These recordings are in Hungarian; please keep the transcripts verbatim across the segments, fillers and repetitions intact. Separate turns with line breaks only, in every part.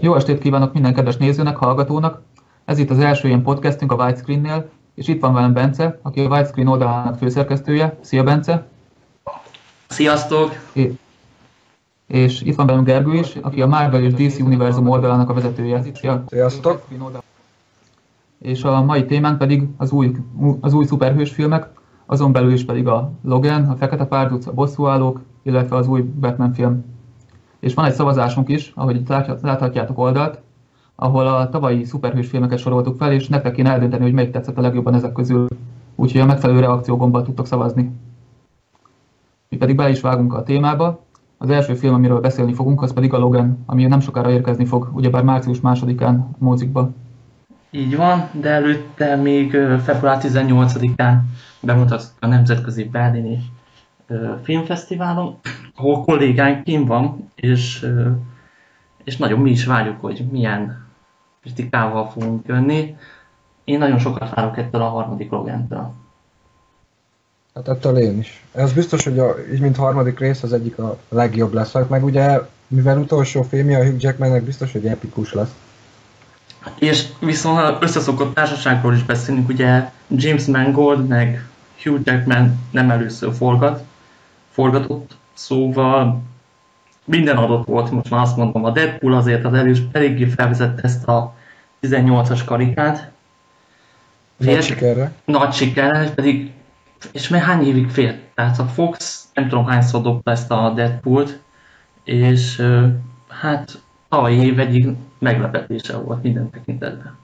Jó estét kívánok minden kedves nézőnek, hallgatónak! Ez itt az első ilyen podcastünk a Widescreen-nél, és itt van velem Bence, aki a Widescreen oldalának főszerkesztője. Szia, Bence!
Sziasztok!
É- és itt van velem Gergő is, aki a Marvel és dé cé univerzum oldalának a vezetője. Szia!
Sziasztok!
És a mai témánk pedig az új, az új szuperhős filmek, azon belül is pedig a Logan, a Fekete Párduc, a Bosszúállók, illetve az új Batman film. És van egy szavazásunk is, ahogy itt láthatjátok oldalt, ahol a tavalyi szuperhős filmeket soroltuk fel, és nektek kéne eldönteni, hogy melyik tetszett a legjobban ezek közül. Úgyhogy a megfelelő reakciógombbal tudtok szavazni. Mi pedig bele is vágunk a témába. Az első film, amiről beszélni fogunk, az pedig a Logan, ami nem sokára érkezni fog, ugyebár március másodikán a mozikba.
Így van, de előtte még február tizennyolcadikán bemutattuk a Nemzetközi Berlini Filmfesztiválon, ahol kollégánk kint van, és, és nagyon mi is várjuk, hogy milyen kritikával fogunk jönni. Én nagyon sokat várok ettől a harmadik Logantől.
Hát ettől én is. Ez biztos, hogy a, így mint harmadik rész az egyik a legjobb lesz. Meg ugye, mivel utolsó filmje a Hugh Jackmannek, biztos, hogy epikus lesz.
És viszont összeszokott társaságról is beszélünk, ugye James Mangold meg Hugh Jackman nem először forgat, forgatott, szóval minden adott volt, most már azt mondom, a Deadpool azért az elős eléggé felvezette ezt a tizennyolcas karikát.
Nagy sikerre.
Nagy sikerre, pedig, és már hány évig fél? Tehát a Fox nem tudom hányszor dobta ezt a Deadpoolt, és hát tavalyi év egyik meglepetése volt minden tekintetben.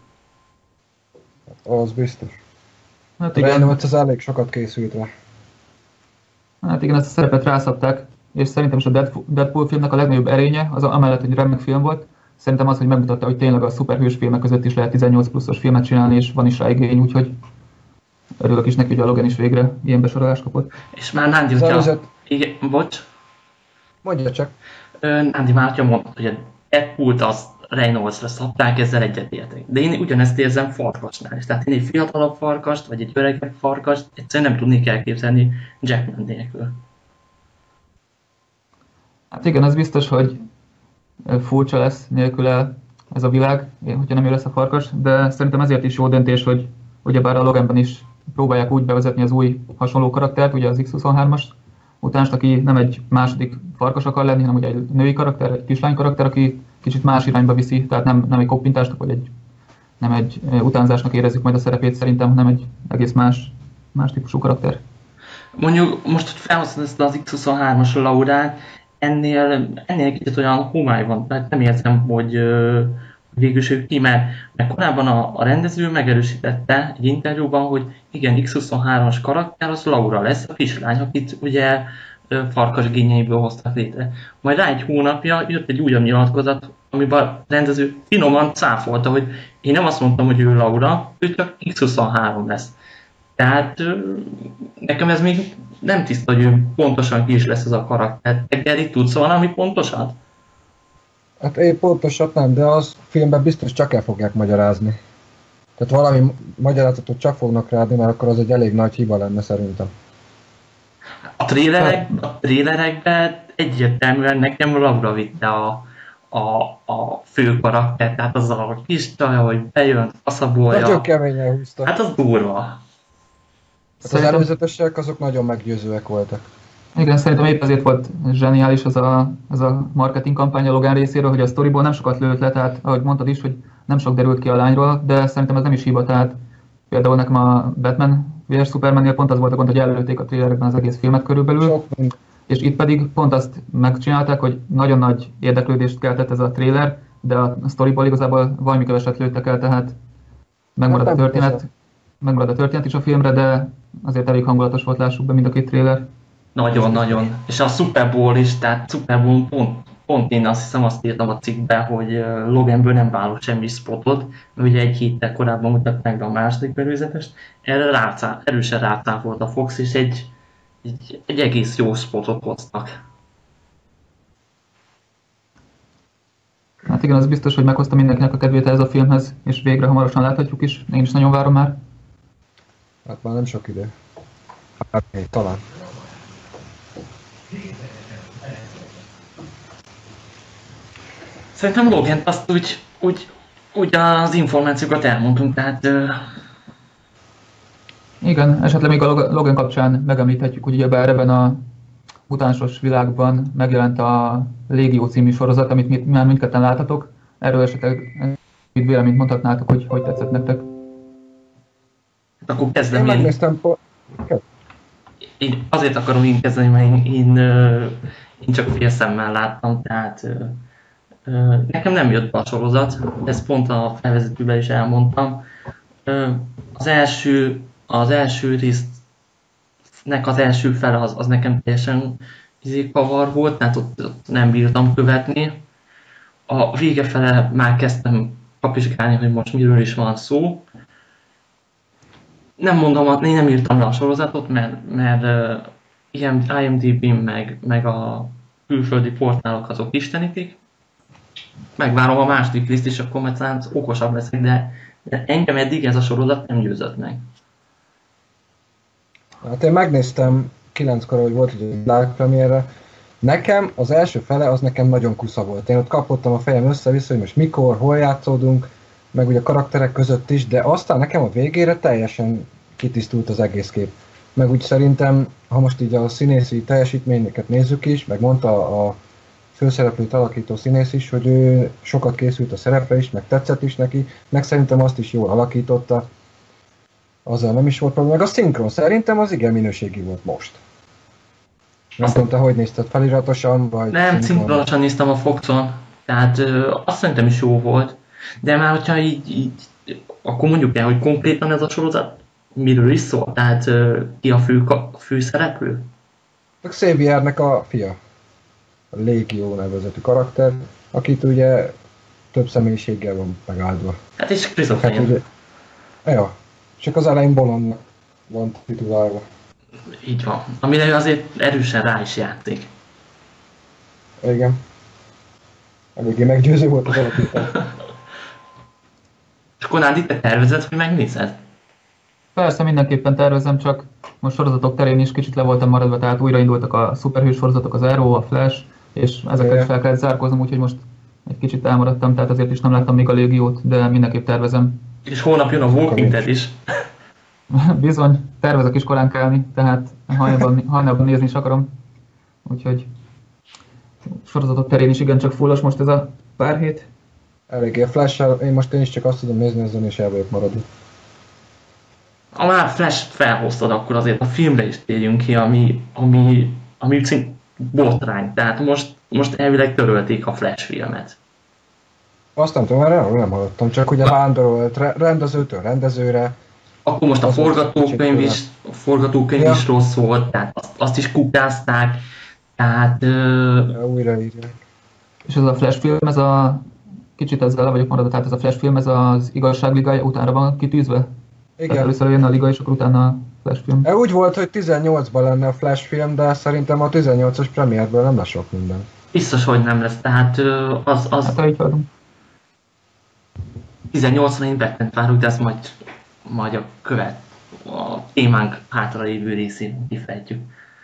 Az biztos.
Hát igen,
Remélem, hogy ez elég sokat készült rá.
Hát igen, ezt a szerepet rászabták, és szerintem is a Deadpool filmnek a legnagyobb erénye, az amellett, hogy remek film volt, szerintem az, hogy megmutatta, hogy tényleg a szuperhős filmek között is lehet tizennyolc pluszos filmet csinálni, és van is rá igény, úgyhogy örülök is neki, hogy a Logan is végre ilyen besorolást kapott.
És már Nándi, hogyha...
Előzet...
Igen, bocs?
Mondja csak.
Nándi már, hogyha mondtad, hogy a Deadpoolt az Reynoldsra szabták, ezzel egyetértek. De én ugyanezt érzem Farkasnál is. Tehát én egy fiatalabb Farkast, vagy egy öregebb Farkast egyszerűen nem tudnék elképzelni Jackman nélkül.
Hát igen, az biztos, hogy furcsa lesz nélküle ez a világ, hogyha nem ő lesz a Farkas, de szerintem ezért is jó döntés, hogy ugyebár a Loganban is próbálják úgy bevezetni az új hasonló karaktert, ugye az iksz huszonhármas utánst, aki nem egy második Farkas akar lenni, hanem ugye egy női karakter, egy kislány karakter, aki kicsit más irányba viszi, tehát nem, nem egy koppintásnak, vagy egy, nem egy utánzásnak érezzük majd a szerepét szerintem, hanem egy egész más, más típusú karakter.
Mondjuk most, hogy felhoztad ezt az iksz huszonhármas Laurát, ennél, ennél kicsit olyan homály van, mert nem érzem, hogy uh, végül is ő ki, mert, mert korábban a, a rendező megerősítette egy interjúban, hogy igen, iksz huszonhármas karakter az Laura lesz, a kislány, akit ugye Farkas gényeiből hoztak létre. Majd rá egy hónapja jött egy újabb nyilatkozat, amiben a rendező finoman cáfolta, hogy én nem azt mondtam, hogy ő Laura, ő csak iksz huszonhárom lesz. Tehát nekem ez még nem tiszta, hogy ő pontosan ki is lesz ez a karakter. Te Geri, tudsz valami pontosat?
Hát én pontosat nem, de az filmben biztos csak el fogják magyarázni. Tehát valami magyarázatot csak fognak ráadni, mert akkor az egy elég nagy hiba lenne szerintem.
A trélerek, a trélerekben egyértelműen nekem Laura vitte a, a, a fő karakter, tehát az a kis csaja, hogy bejön, faszabolja.
Nagyon keményen húzta.
Hát az durva.
Hát az előzetesek azok nagyon meggyőzőek voltak.
Igen, szerintem épp ezért volt zseniális az a, az a marketing kampány a Logan részéről, hogy a sztoriból nem sokat lőtt le, tehát ahogy mondtad is, hogy nem sok derült ki a lányról, de szerintem ez nem is hiba, tehát például nekem a Batman vs Supermannél pont az volt a gond, hogy előtték a trailerekben az egész filmet körülbelül, és itt pedig pont azt megcsinálták, hogy nagyon nagy érdeklődést keltett ez a trailer, de a sztoriból igazából valami keveset lőttek el, tehát megmarad a történet, megmarad a történet is a filmre, de azért elég hangulatos volt, lássuk be mind a két trailer.
Nagyon-nagyon. És a Super Bowl is, tehát Super Bowl pont, pont én azt hiszem azt írtam a cikkben, hogy Loganből nem várok semmi spotot, mert ugye egy héttel korábban mutatták be a második előzetest, erre rácá, erősen rácáfolt a Fox, és egy, egy, egy egész jó spotot hoztak.
Hát igen, az biztos, hogy meghozta mindenkinek a kedvét ez a filmhez, és végre hamarosan láthatjuk is, én is nagyon várom már.
Hát már nem sok idő. Hát talán.
Szerintem Logant azt úgy, úgy, úgy az információkat elmondtunk, tehát... Uh...
Igen, esetleg még a Logan kapcsán megemlíthetjük, hogy ugyebár ebben a mutánsos világban megjelent a Légió című sorozat, amit már mindketten láthatok. Erről esetleg mit véleményt mondhatnátok, hogy hogy tetszett nektek?
Akkor kezdem
én.
Én
megnéztem...
Én azért akarom én kezdeni, mert én, én, én csak fél szemmel láttam, tehát nekem nem jött be a sorozat, ezt pont a felvezetőben is elmondtam. Az első, az első résznek az első fele az, az nekem teljesen izékavar volt, tehát ott, ott nem bírtam követni. A vége fele már kezdtem kapizsgálni, hogy most miről is van szó. Nem mondom, én nem írtam le a sorozatot, mert, mert uh, I M D B-n meg, meg a külföldi portálok azok istenítik. Megvárom a második részt, és akkor már talán okosabb leszek, de, de engem eddig ez a sorozat nem győzött meg.
Hát én megnéztem kilenckor, hogy volt egy világpremiérre. Nekem az első fele az nekem nagyon kusza volt. Én ott kapottam a fejem össze-vissza, hogy most mikor, hol játszódunk, meg ugye a karakterek között is, de aztán nekem a végére teljesen kitisztult az egész kép. Meg úgy szerintem, ha most így a színészi teljesítményeket nézzük is, meg mondta a főszereplőt alakító színész is, hogy ő sokat készült a szerepre is, meg tetszett is neki, meg szerintem azt is jól alakította. Azzal nem is volt probléma. Meg a szinkron szerintem az igen minőségi volt most. Nem tudom, te hogy nézted, feliratosan, vagy
nem, szinkronosan néztem a Foxon, tehát ö, azt szerintem is jó volt. De már hogyha így, így akkor mondjuk el, hogy konkrétan ez a sorozat miről is szól? Tehát uh, ki a fő, a főszereplő?
A Xaviernek a fia. A Légió nevezetű karakter, akit ugye több személyiséggel van megáldva.
Hát és Christopher.
Hát ugye, ja, csak az elején bolondnak van titulálva.
Így van. Amire azért erősen rá is játszik.
Igen. Eléggé meggyőző volt az alapítás.
És akkor Nándi, te tervezed, hogy megnézed?
Persze, mindenképpen tervezem, csak most sorozatok terén is kicsit le voltam maradva, tehát újraindultak a szuperhős sorozatok, az Arrow, a Flash, és ezeket is fel kellett zárkóznom, úgyhogy most egy kicsit elmaradtam, tehát azért is nem láttam még a Légiót, de mindenképp tervezem.
És holnap jön a Walking Dead is.
Bizony, tervezek is korán kelni, tehát hajnalban, hajnalban nézni is akarom. Úgyhogy sorozatok terén is igencsak fullos most ez a pár hét.
Eléggé a Flash-sel, én most én is csak azt tudom nézni, ezen és el vagyok maradni.
Ha már Flash-t felhoztad, akkor azért a filmre is térjünk ki, ami, ami, ami szint botrány. Tehát most, most elvileg törölték a Flash filmet.
Azt nem tudom, erről nem hallottam, csak ugye vándorolt rendezőtől rendezőre.
Akkor most a forgatókönyv is, a forgatókönyv ja. is rossz volt, tehát azt, azt is kukázták. Tehát... Uh...
Ja, újraírják.
És ez a Flash film, ez a... Kicsit ezzel le vagyok maradva, tehát ez a Flash film, ez az Igazság Ligája utánra van kitűzve? Igen. Tehát először jön a Liga, és akkor utána a Flash film.
E, úgy volt, hogy tizennyolcban lenne a Flash film, de szerintem a tizennyolcas premiérből nem lesz sok minden.
Biztos, hogy nem lesz, tehát az... az...
Hát, így vagyunk.
tizennyolcban én Batman várok, de ezt majd, majd a követ, a témánk hátralévő részén kifejtjük.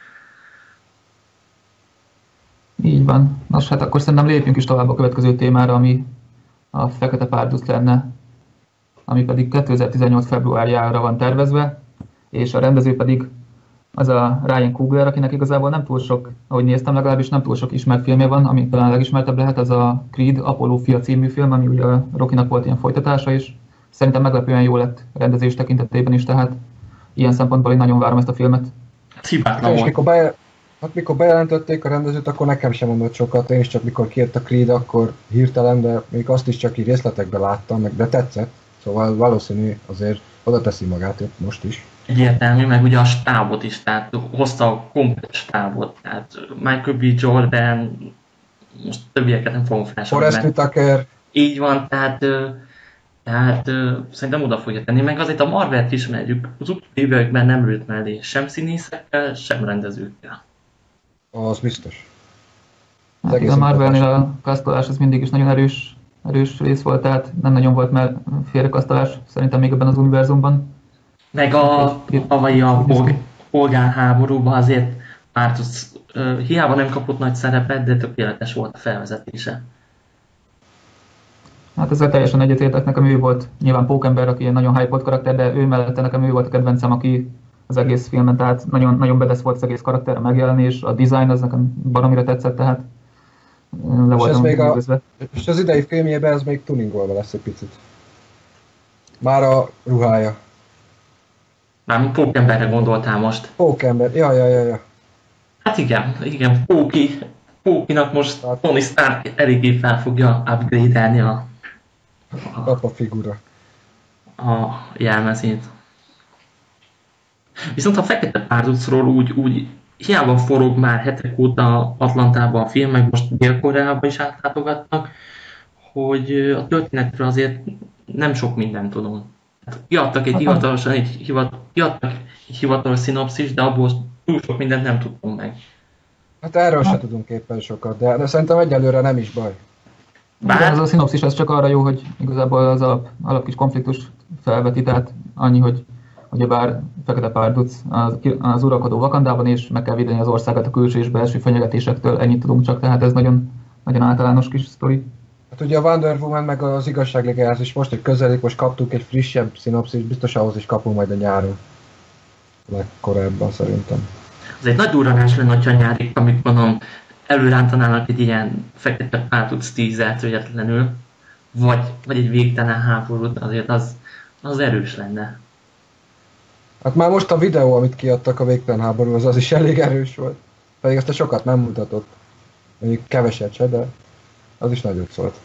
Így van. Nos, hát akkor szerintem lépjünk is tovább a következő témára, ami a Fekete Párduc lenne, ami pedig kétezer-tizennyolc februárjára van tervezve, és a rendező pedig az a Ryan Coogler, akinek igazából nem túl sok, ahogy néztem, legalábbis nem túl sok ismert filmje van, ami talán legismertebb lehet, az a Creed, Apollo fia című film, ami ugye a Rockynak volt ilyen folytatása is. Szerintem meglepően jó lett rendezés tekintetében is, tehát ilyen szempontból én nagyon várom ezt a filmet.
Hibátlan
És
volt.
mikor, beje... hát, mikor bejelentették a rendezőt, akkor nekem sem mondott sokat, én is csak mikor kijött a Creed, akkor hirtelen, de még azt is csak így részletekben láttam, meg de tetszett. Szóval valószínű azért oda teszi magát most is.
Egyértelmű, meg ugye a stábot is, tehát hozta a komplet stábot, tehát Michael B. Jordan, most többieket nem fogom felsorolni.
Forrest Whitaker.
Így van, tehát, tehát szerintem oda fogja tenni, meg azért a Marvelt ismerjük, az utóbbi években nem ült mellé sem színészekkel, sem rendezőkkel.
Az biztos.
Hát a Marvelnél a kasztolás az mindig is nagyon erős, erős rész volt, tehát nem nagyon volt már félrekasztolás, szerintem még ebben az univerzumban.
Meg a tavalyi a polgárháborúban azért Párduc uh, hiába nem kapott nagy szerepet, de tökéletes volt a felvezetése.
Hát ezzel teljesen egyetértek, nekem ő volt nyilván Pókember, aki egy nagyon hype karakter, de ő mellette nekem ő volt a kedvencem, aki az egész filmen, tehát nagyon, nagyon bedesz volt az egész karakter, a megjelenés, a design az nekem baromira tetszett, tehát le voltam
még a,
üldözve.
és az idei filmjében ez még tuningolva lesz egy picit. Már a ruhája.
Mármint Pókemberre gondoltál most.
Pókember, ja, ja, ja, ja.
Hát igen, igen, Póki. Pókinak most
Hát-
Tony Stark eléggé fel fogja upgrade-elni a, a,
Apa figura.
a jelmezét. Viszont a Fekete Párducról úgy, úgy hiába forog már hetek óta Atlantában a film, meg most Dél-Koreába is átlátogatnak, hogy a történetről azért nem sok mindent tudom. Hát kiadtak egy hivatalosan egy, hivat, kiadtak egy hivatalos szinopszis, de abból túl sok mindent nem tudtunk meg.
Hát erről se tudunk éppen sokat, de, de szerintem egyelőre nem is baj.
Bár...
Bár
ez a szinopszis az csak arra jó, hogy igazából az alap, alap kis konfliktus felveti, tehát annyi, hogy ugyebár Fekete Párduc az, az uralkodó Wakandában, és meg kell védeni az országot a külső és belső fenyegetésektől, ennyit tudunk csak, tehát ez nagyon, nagyon általános kis sztori.
Hát ugye a Wonder Woman meg az Igazságligájához is most, hogy közelik, most kaptuk egy frissebb szinopszis, biztos ahhoz is kapunk majd a nyáron. Legkorábban szerintem.
az egy nagy durranás lenne, ha nyárig, amikor mondom, előrántanának egy ilyen Fekete Párduc tízet véletlenül, vagy, vagy egy végtelen háborút, azért az, az erős lenne.
Hát már most a videó, amit kiadtak a Végtelen háború, az, az is elég erős volt. Pedig azt a sokat nem mutatott. Mondjuk keveset se, de az is nagyot szólt.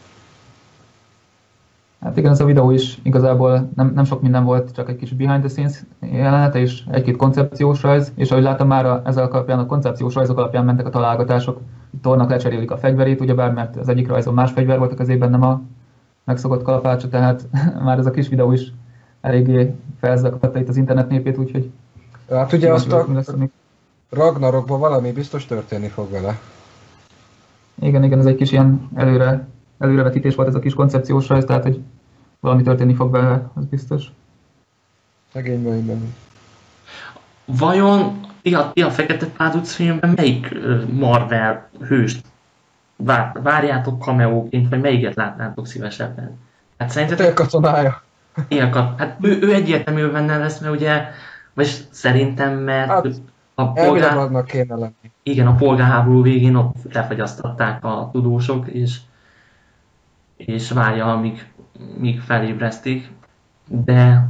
Hát igen, ez a videó is igazából nem, nem sok minden volt, csak egy kis behind the scenes jelenete és egy-két koncepciós rajz, és ahogy láttam már a, ezzel alapján, a koncepciós rajzok alapján mentek a találgatások. Thornak lecserélik a fegyverét, ugyebár, mert az egyik rajzon más fegyver volt a kezében, nem a megszokott kalapácsa, tehát már ez a kis videó is eléggé felzakatta itt az internet népét, úgyhogy...
Hát ugye azt a
lesz, amik...
Ragnarokban valami biztos történni fog vele.
Igen, igen, ez egy kis ilyen előre, előrevetítés volt ez a kis koncepciós rajz, tehát hogy valami történni fog vele, az biztos.
Szegény bőjben.
Vajon ti a, ti a Fekete Párduc filmben melyik uh, Marvel hőst vár, várjátok cameóként, vagy melyiket látnátok szívesebben? Hát szerintetek...
Télkatonája.
Ilyekat. Hát ő, ő egyértelmű benne lesz, mert ugye, vagy szerintem, mert
Hát,
a
elvileg
polgár...
annak kéne lenni.
Igen, a polgárháború végén ott lefagyasztották a tudósok, és, és várja, amíg, míg felébresztik. De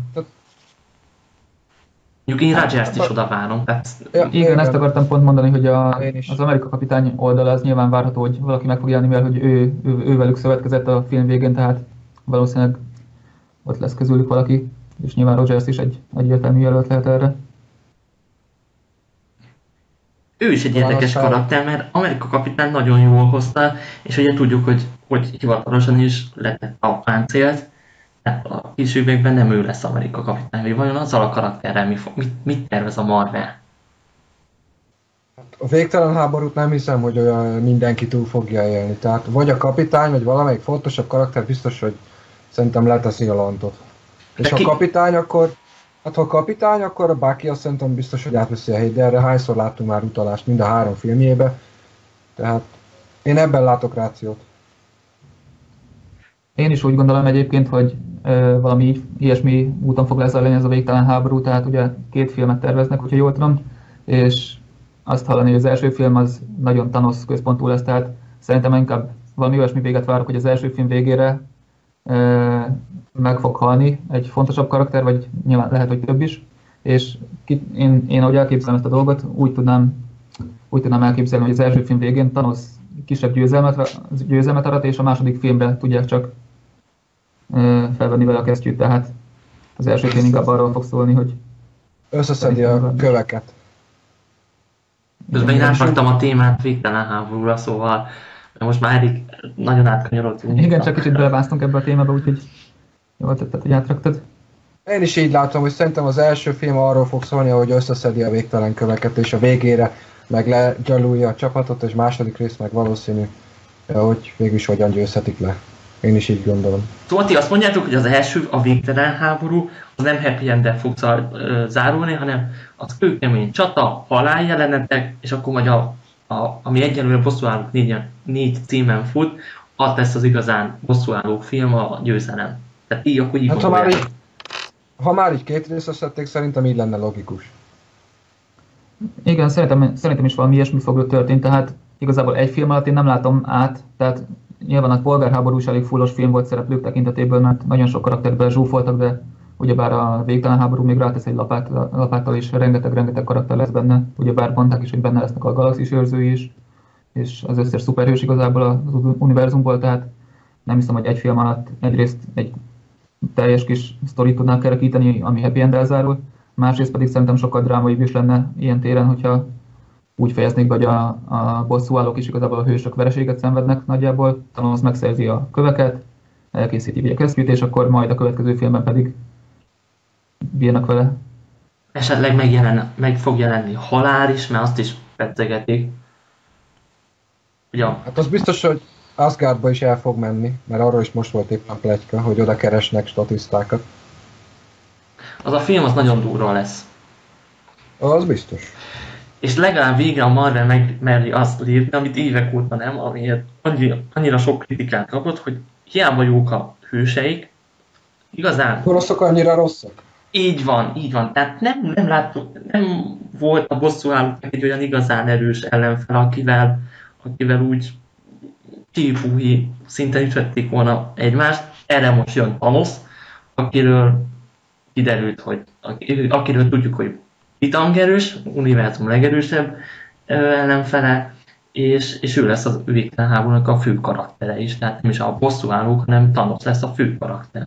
mondjuk én Rogers-t is oda várom. Tehát...
Ja,
Igen, ezt akartam pont mondani, hogy a,
Én is.
az Amerika kapitány oldala az nyilván várható, hogy valaki meg fog jelenni, mivel hogy ő, ő, ő velük szövetkezett a film végén, tehát valószínűleg ott lesz közülük valaki, és nyilván Rogers is egy egyértelmű jelölt lehet erre.
Ő is egy
Talán
érdekes
aztán-
karakter, mert Amerika kapitány nagyon jól hozta, és ugye tudjuk, hogy, hogy hivatalosan is letett a páncélt, tehát a későbbiekben nem ő lesz Amerika kapitány, vagy vajon azzal a karakterrel mi fog, mit, mit tervez a Marvel?
A Végtelen háborút nem hiszem, hogy olyan mindenki túl fogja élni. Tehát vagy a kapitány, vagy valamelyik fontosabb karakter biztos, hogy szerintem leteszi a lantot. És
De
ha
ki-
kapitány, akkor... Hát ha kapitány, akkor a Bucky azt szerintem biztos, hogy átveszi a helyét, de erre hányszor láttunk már utalást mind a három filmjébe. Tehát én ebben látok rációt.
Én is úgy gondolom egyébként, hogy ö, valami így, ilyesmi úton fog lezajlani ez a Végtelen háború, tehát ugye két filmet terveznek, hogyha jól tudom, és azt hallani, hogy az első film az nagyon Thanos központú lesz, tehát szerintem inkább valami olyasmi véget várok, hogy az első film végére ö, meg fog halni egy fontosabb karakter, vagy nyilván lehet, hogy több is, és ki, én, én ahogy elképzelem ezt a dolgot, úgy tudnám, úgy tudnám elképzelni, hogy az első film végén Thanos kisebb győzelmet, győzelmet arat, és a második filmre tudják csak ö, felvenni vele a kesztyűt, tehát az első film inkább arról fog szólni, hogy
Összeszedi a köveket.
Közben én átraktam a témát Végtelen háborúra, szóval most már elég nagyon átkanyarodtunk.
igen, csak kicsit belevásztunk ebbe a témába, úgyhogy jól tetted, hogy átraktad.
Én is így látom, hogy szerintem az első film arról fog szólni, hogy összeszedi a végtelen köveket, és a végére meg legyalulja a csapatot, és második rész meg valószínű, hogy végülis hogyan győzhetik le. Én is így gondolom.
Szóval ti azt mondjátok, hogy az első, a Végtelen háború, az nem happy end-del fog zárulni, hanem az kőkemény csata, halálljelenetek, és akkor majd a, a, ami egyelőre bosszúállók négy, négy címen fut, az lesz az igazán bosszúálló film, a győzelem. Tehát így akkor így
hát ha már, így, ha már így két részre szedték, szerintem így lenne logikus.
Igen, szerintem, szerintem is valami ilyesmi fog történni, tehát igazából egy film alatt én nem látom át, tehát nyilván a polgárháború is elég fullos film volt szereplők tekintetéből, mert nagyon sok karakterben zsúfoltak, de ugyebár a végtelen háború még rátesz egy lapát, lapáttal, és rengeteg-rengeteg karakter lesz benne, ugyebár mondták is, hogy benne lesznek a galaxis őrzői is, és az összes szuperhős igazából az univerzumból, tehát nem hiszem, hogy egy film alatt egyrészt egy teljes kis sztorit tudnák kerekíteni, ami happy end-el zárul, másrészt pedig szerintem sokkal drámaibb is lenne ilyen téren, hogyha úgy fejeznék be, hogy a, a bosszúállók is igazából a hősök vereséget szenvednek nagyjából, Thanos megszerzi a köveket, elkészíti a Kreszkit, és akkor majd a következő filmben pedig bírnak vele.
Esetleg megjelen, meg fog jelenni halál is, mert azt is pedzegetik. Ugye?
Hát az biztos, hogy Asgardba is el fog menni, mert arról is most volt éppen pletyka, hogy oda keresnek statisztákat.
Az a film az nagyon durva lesz.
Az biztos.
És legalább végre a Marvel megmeri azt lépni, amit évek óta nem, amiért annyira, annyira sok kritikát kapott, hogy hiába jók a hőseik, igazán...
Oroszok annyira rosszak?
Így van, így van. Tehát nem, nem láttuk, nem volt a bosszúállóknak egy olyan igazán erős ellenfel, akivel, akivel úgy csípúhi szinten ütötték volna egymást. Erre most jön Thanos, akiről kiderült, hogy akiről tudjuk, hogy titangerős, univerzum legerősebb ellenfele, és, és ő lesz az végtelen háborúnak a fő karaktere is, tehát nem is a bosszúállók, hanem Thanos lesz a fő karakter.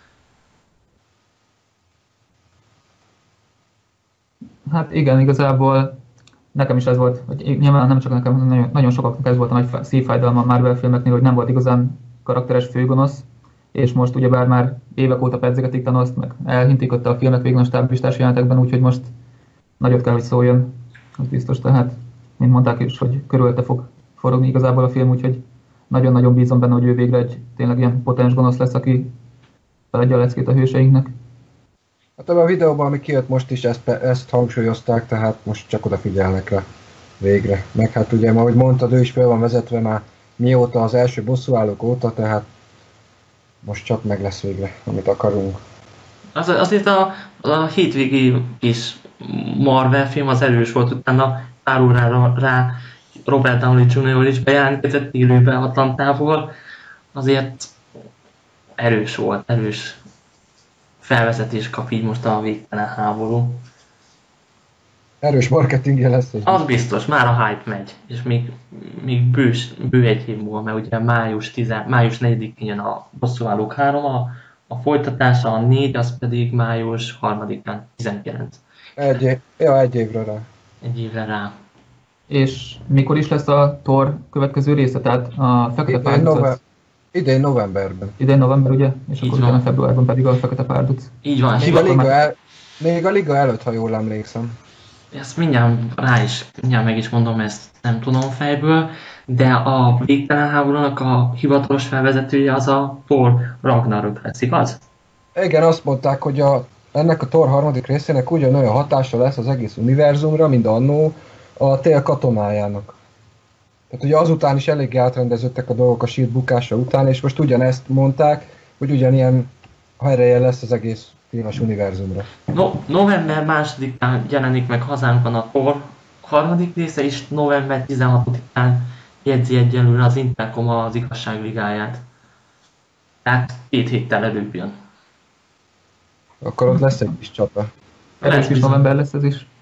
Hát igen, igazából nekem is ez volt, hogy nyilván nem csak nekem, nagyon, nagyon sokaknak ez volt a nagy szívfájdalma a Marvel filmeknél, hogy nem volt igazán karakteres főgonosz, és most ugyebár már évek óta pedzegetik Thanost, meg elhintik ott a filmek végén a stáblistás jelenetekben, úgyhogy most nagyot kell, hogy szóljon, az biztos, tehát, mint mondták is, hogy körülte fog forogni igazából a film, úgyhogy nagyon-nagyon bízom benne, hogy ő végre egy tényleg ilyen potens gonosz lesz, aki feladja a leckét a hőseinknek.
Hát ebben a videóban, ami kijött most is, ezt, ezt hangsúlyozták, tehát most csak odafigyelnek rá végre. Meg hát ugye, ahogy mondtad, ő is fel van vezetve már mióta az első bosszúállók óta, tehát most csak meg lesz végre, amit akarunk.
Az, azért a, a hétvégi kis Marvel film az erős volt, utána pár órára rá Robert Downey junior is bejelentkezett élőben Atlantából, azért erős volt, erős felvezetés kap így most a végtelen háború.
Erős marketingje lesz.
Az biztos, már a hype megy, és még, még bős, bő egy év múlva, mert ugye május, tíz, május negyedikén jön a Bosszúállók három, a, a folytatása, a négy, az pedig május harmadikán, tizenkilenc.
Egy, év, ja, egy évre rá.
Egy évre rá.
És mikor is lesz a Thor következő része? Tehát a Fekete Párduc?
Idén novemberben.
Idén november, ugye? És
így
akkor utána februárban pedig a Fekete Párduc.
Így van.
Még a, Liga el, még a Liga előtt, ha jól emlékszem.
Ezt mindjárt rá is, mindjárt meg is mondom, ezt nem tudom fejből, de a végtelen háborúnak a hivatalos felvezetője az a Thor Ragnarök lesz, igaz?
Igen, azt mondták, hogy a, ennek a Thor harmadik részének ugyanolyan hatása lesz az egész univerzumra, mint annó a Tél katonájának. Tehát ugye azután is eléggé átrendeződtek a dolgok a Shield bukása után, és most ugyanezt mondták, hogy ugyanilyen ereje lesz az egész filmes univerzumra.
No, november másodikán jelenik meg hazánkban a Thor harmadik része, és november tizenhatodikán jegyzi egyelőre az Intercom az igazságligáját. Tehát két héttel előbb jön.
Akkor ott lesz egy kis csata.
Erős is november lesz ez is.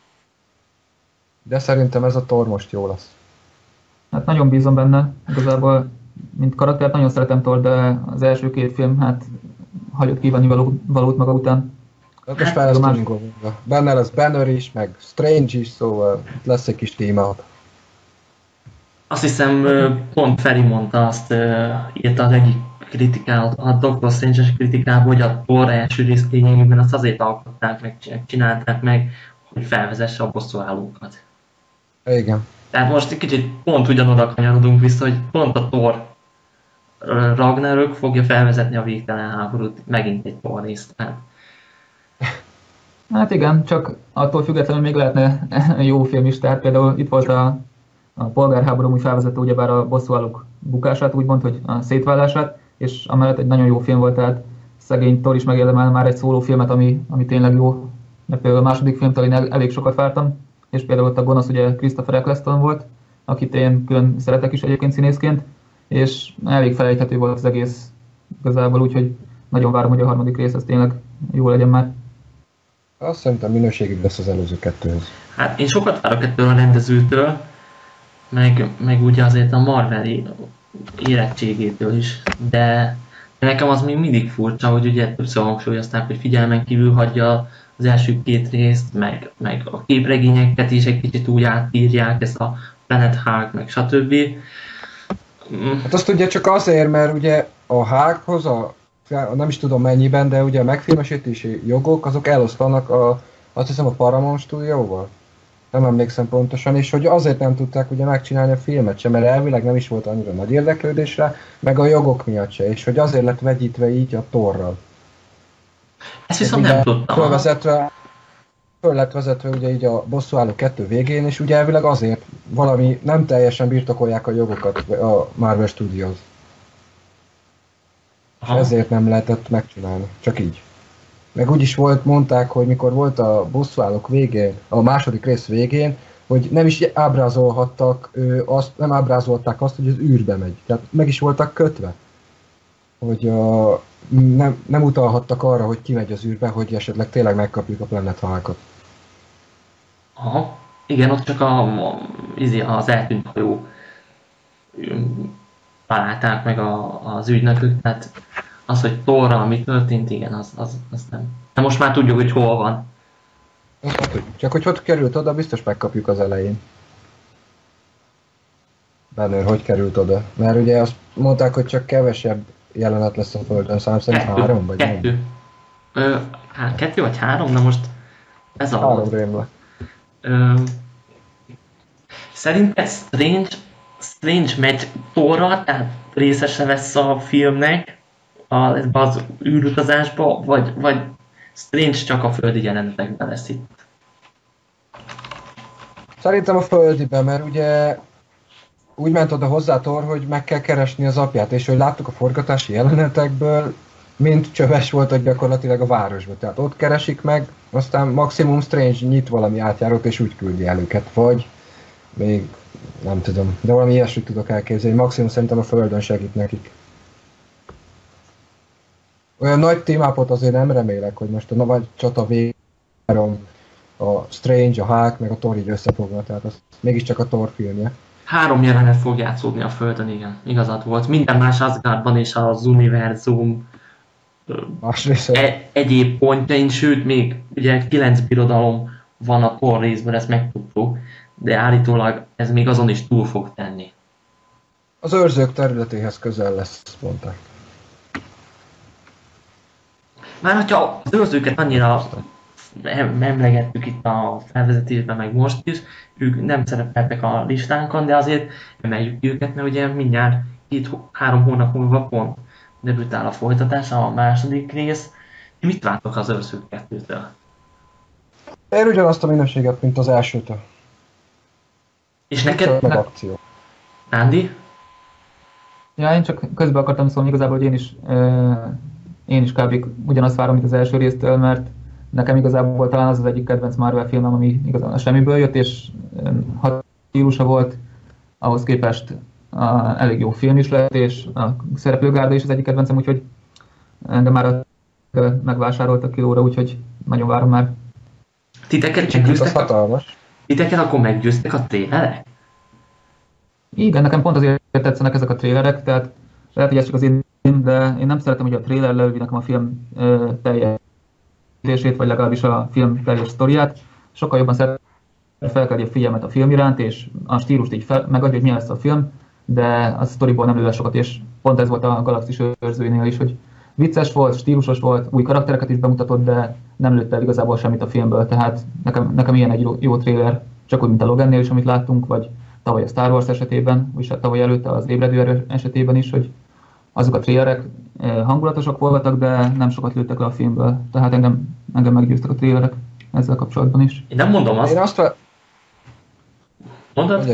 De szerintem ez a Thor most jó lesz.
Hát nagyon bízom benne, igazából, mint karaktert nagyon szeretem Thor, de az első két film, hát hagyott kívánni való, valót maga után.
Hát most fejlesztünk más... Benne lesz Banner is, meg Strange is, szóval lesz egy kis team.
Azt hiszem, pont Feri mondta, azt írta az egyik kritikát, a doktor Strange-es kritikában, hogy a Thor első rész lényegében azt azért alkották meg, csinálták meg, hogy felvezesse a bosszúállókat.
Igen.
Tehát most egy kicsit pont ugyanoda kanyarodunk vissza, hogy pont a Thor Ragnarök fogja felvezetni a végtelen háborút, megint egy Thor részt. Tehát.
Hát igen, csak attól függetlenül még lehetne jó film is, tehát például itt volt a, a polgárháború úgy felvezette ugyebár a bosszúállók bukását, úgymond, hogy a szétválását, és amellett egy nagyon jó film volt, tehát szegény Thor is megérdemel már egy szólófilmet, ami, ami tényleg jó, mert például a második filmtől én el, elég sokat vártam, és például ott a gonosz ugye Christopher Eccleston volt, akit én külön szeretek is egyébként színészként, és elég felejthető volt az egész igazából, úgyhogy nagyon várom, hogy a harmadik rész ez tényleg jó legyen már.
Azt szerintem minőségig lesz az előző kettőhöz.
Hát én sokat várok ettől a rendezőtől, meg, meg ugye azért a Marveli érettségétől is, de nekem az még mindig furcsa, hogy ugye többször hangsúlyozták, hogy figyelmen kívül hagyja az első két részt, meg, meg a képregényeket is egy kicsit úgy átírják, ezt a Planet Hulk, meg stb.
Hát azt ugye csak azért, mert ugye a Hulkhoz, a, nem is tudom mennyiben, de ugye a megfilmesítési jogok, azok elosztanak a, azt hiszem a Paramount stúdióval. Nem emlékszem pontosan, és hogy azért nem tudták ugye megcsinálni a filmet sem, mert elvileg nem is volt annyira nagy érdeklődésre, meg a jogok miatt se, és hogy azért lett vegyítve így a Thorral.
Ezt viszont nem tudtam.
Fölvezetve, föl lett vezetve ugye így a Bosszúálló kettő végén, és ugye elvileg azért valami nem teljesen birtokolják a jogokat a Marvel Studios. És ezért nem lehetett megcsinálni, csak így. Meg úgy is volt, mondták, hogy mikor volt a Bosszúállók végén, a második rész végén, hogy nem is ábrázolhattak, azt, nem ábrázolták azt, hogy az űrbe megy. Tehát meg is voltak kötve. Hogy a, nem, nem utalhattak arra, hogy kimegy az űrbe, hogy esetleg tényleg megkapjuk a Planet Hulkot.
Aha, igen, ott csak a, a, az eltűnt hajó találták meg a, az ügynökök, tehát az, hogy Thorral mi történt, igen, az, az, az nem. De most már tudjuk, hogy hol van.
Csak hogy hogy került oda, biztos megkapjuk az elején. Bennőr, hogy került oda? Mert ugye azt mondták, hogy csak kevesebb jelenet lesz a Földön, szám szerint három vagy
kettő. Nem? Ö, hát kettő vagy három, de most ez a...
Három rémle.
Szerinted Strange, Strange megy Thorral, tehát részese lesz a filmnek az űrutazásba, vagy, vagy Strange csak a földi jelenetekben lesz itt?
Szerintem a földiben, mert ugye úgy ment oda hozzá Thor, hogy meg kell keresni az apját, és hogy láttuk a forgatási jelenetekből, mint csöves volt, hogy gyakorlatilag a városban. Tehát ott keresik meg, aztán maximum Strange nyit valami átjárót, és úgy küldi el őket. Vagy még nem tudom, de valami ilyesmit tudok elképzelni. Maximum szerintem a Földön segít nekik. Olyan nagy team-upot azért nem remélek, hogy most a nagy csata végén a Strange, a Hulk, meg a Thor így összefogva, tehát az mégiscsak a Thor filmje.
Három jelenet fog játszódni a Földön, igen, igazad volt. Minden más Asgardban és az univerzum e- egyéb pontjain, sőt még ugye kilenc birodalom van a Thor részben, ezt megtudtuk, de állítólag ez még azon is túl fog tenni.
Az őrzők területéhez közel lesz, mondták.
Már hogyha az őrzőket annyira emlegettük itt a felvezetésben, meg most is, ők nem szerepeltek a listánkon, de azért emeljük őket, mert ugye mindjárt két-három hónap múlva pont debütál a folytatás, a második rész. Mit vártok az őrzők kettőtől?
Én ugyanazt a minőséget, mint az elsőtől.
És neked?
Meg akció.
Andy?
Ja, én csak közben akartam szólni igazából, hogy én is, euh, én is kb. Ugyanazt várom, mint az első résztől, mert nekem igazából talán az az egyik kedvenc Marvel filmem, ami igazán a semmiből jött, és hat stílusa volt, ahhoz képest a, elég jó film is lett, és a szereplőgárda is az egyik kedvencem, úgyhogy engem már megvásároltak kilóra, úgyhogy nagyon várom már.
Titeket meggyőztek?
Hatalmas.
Titeket akkor meggyőztek a trélerek?
Igen, nekem pont azért tetszenek ezek a trélerek, tehát lehet, hogy ez csak az én, de én nem szeretem, hogy a tréler leüli nekem a film ö, teljes vagy legalábbis a film teljes sztoriát. Sokkal jobban szeretem, felkelni a figyelmet a film iránt, és a stílust így fel, megadja, hogy milyen lesz a film, de a sztoriból nem lő le sokat, és pont ez volt a Galaxis őrzőinél is, hogy vicces volt, stílusos volt, új karaktereket is bemutatott, de nem lőtt el igazából semmit a filmből, tehát nekem, nekem ilyen egy jó, jó tréler, csak úgy, mint a Logannél is, amit láttunk, vagy tavaly a Star Wars esetében, és hát tavaly előtte az Ébredő esetében is, hogy azok a trélerek hangulatosak voltak, de nem sokat lőttek le a filmből, tehát engem, engem meggyőztek a trélerek ezzel kapcsolatban is.
Én nem mondom azt.
Én azt fel...
Mondod?
Mondja csak.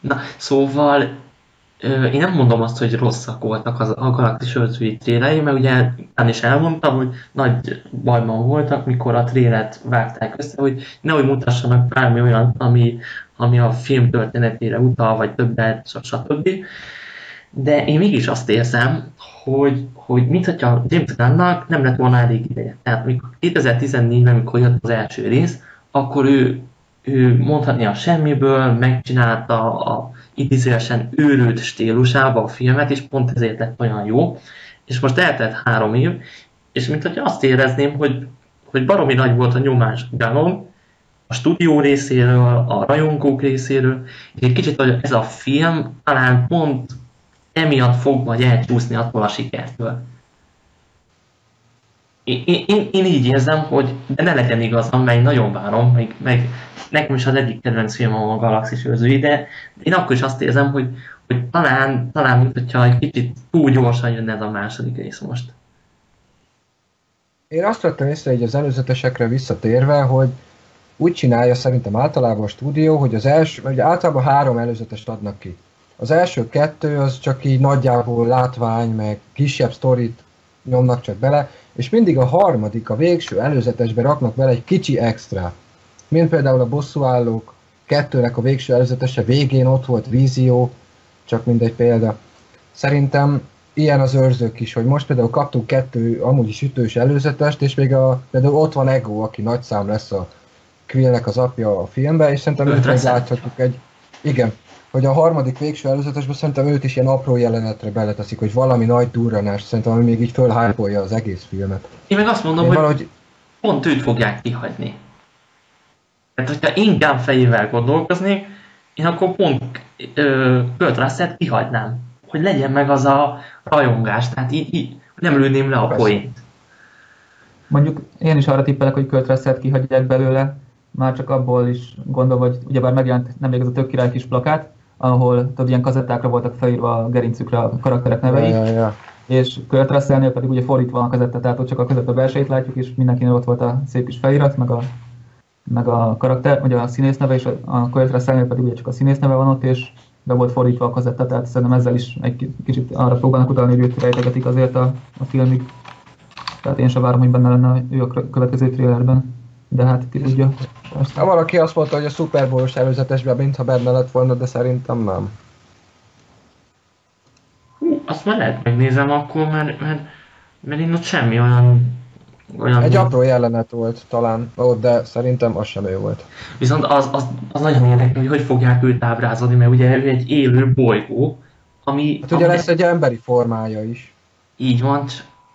Na, szóval ö, én nem mondom azt, hogy rosszak voltak az, a Galaxis őrzői trélerei, mert ugye én is elmondtam, hogy nagy bajban voltak, mikor a trélert vágták össze, hogy nehogy mutassanak bármi olyan, ami, ami a film történetére utal, vagy többet, stb. De én mégis azt érzem, hogy, hogy mintha James Gunnnak nem lett volna elég ideje. Tehát mikor kétezer-tizennégyben, amikor jött az első rész, akkor ő, ő mondhatni a semmiből, megcsinálta a idézőesen őrült stílusába a filmet, és pont ezért lett olyan jó. És most eltelt három év, és mintha azt érezném, hogy, hogy baromi nagy volt a nyomás Gunnon, a stúdió részéről, a rajongók részéről, és egy kicsit, hogy ez a film talán pont emiatt fog majd elcsúszni attól a sikertől. Én, én, én így érzem, hogy de ne legyen igazam, mert én nagyon várom, meg, meg nekem is az egyik kedvenc filmem a Galaxis őrzői, de én akkor is azt érzem, hogy, hogy talán, talán mint hogyha egy kicsit túl gyorsan jönne ez a második rész most.
Én azt vettem észre, hogy az előzetesekre visszatérve, hogy úgy csinálja szerintem általában a stúdió, hogy az első, hogy általában három előzetest adnak ki. Az első kettő az csak így nagyjából látvány, meg kisebb sztorit nyomnak csak bele, és mindig a harmadik, a végső előzetesbe raknak bele egy kicsi extra. Mint például a Bosszúállók kettőnek a végső előzetese, végén ott volt vízió, csak mindegy példa. Szerintem ilyen az őrzők is, hogy most például kaptunk kettő amúgy is ütős előzetest, és még a, például ott van Ego, aki nagyszám lesz a Quillnek az apja a filmben, és szerintem őt még láthatjuk egy... Igen, hogy a harmadik végső előzetesben szerintem őt is ilyen apró jelenetre beleteszik, hogy valami nagy durranás, szerintem ami még így fölhájpolja az egész filmet.
Én meg azt mondom,
én
hogy
valahogy...
pont őt fogják kihagyni. Tehát, hogyha én Gunn fejével gondolkoznék, én akkor pont Kurt Russell-t kihagynám. Hogy legyen meg az a rajongás, tehát így, így nem lőném le a poént.
Mondjuk én is arra tippelek, hogy Kurt Russell-t kihagyják belőle, már csak abból is gondolom, hogy ugyebár megjelent nemrég ez a tök király kis plakát, ahol tudod, ilyen kazettákra voltak felírva a gerincükre a karakterek nevei,
ja, ja, ja.
és Kurt Russellnél pedig ugye fordítva van a kazetta, tehát ott csak a között a belsejét látjuk, és mindenkinél ott volt a szép kis felirat, meg a, meg a karakter, ugye a színész neve, és a Kurt Russellnél pedig ugye csak a színész neve van ott, és be volt fordítva a kazetta, tehát szerintem ezzel is egy kicsit arra próbálnak utalni, hogy őt rejtegetik azért a, a filmig. Tehát én sem várom, hogy benne lenne ő a következő trailerben. De hát ki tudja.
Ha valaki azt mondta, hogy a Super Bowl-os előzetesben mintha benne lett volna, de szerintem nem.
Hú, azt már lehet megnézem akkor, mert, mert, mert én ott semmi olyan... olyan
Egy apró jelenet volt talán ott, de szerintem az sem ő volt.
Viszont az, az, az nagyon érdekel, hogy hogy fogják őt ábrázolni, mert ugye ő egy élő bolygó, ami...
Hát ugye
ami
lesz egy emberi formája is.
Így van,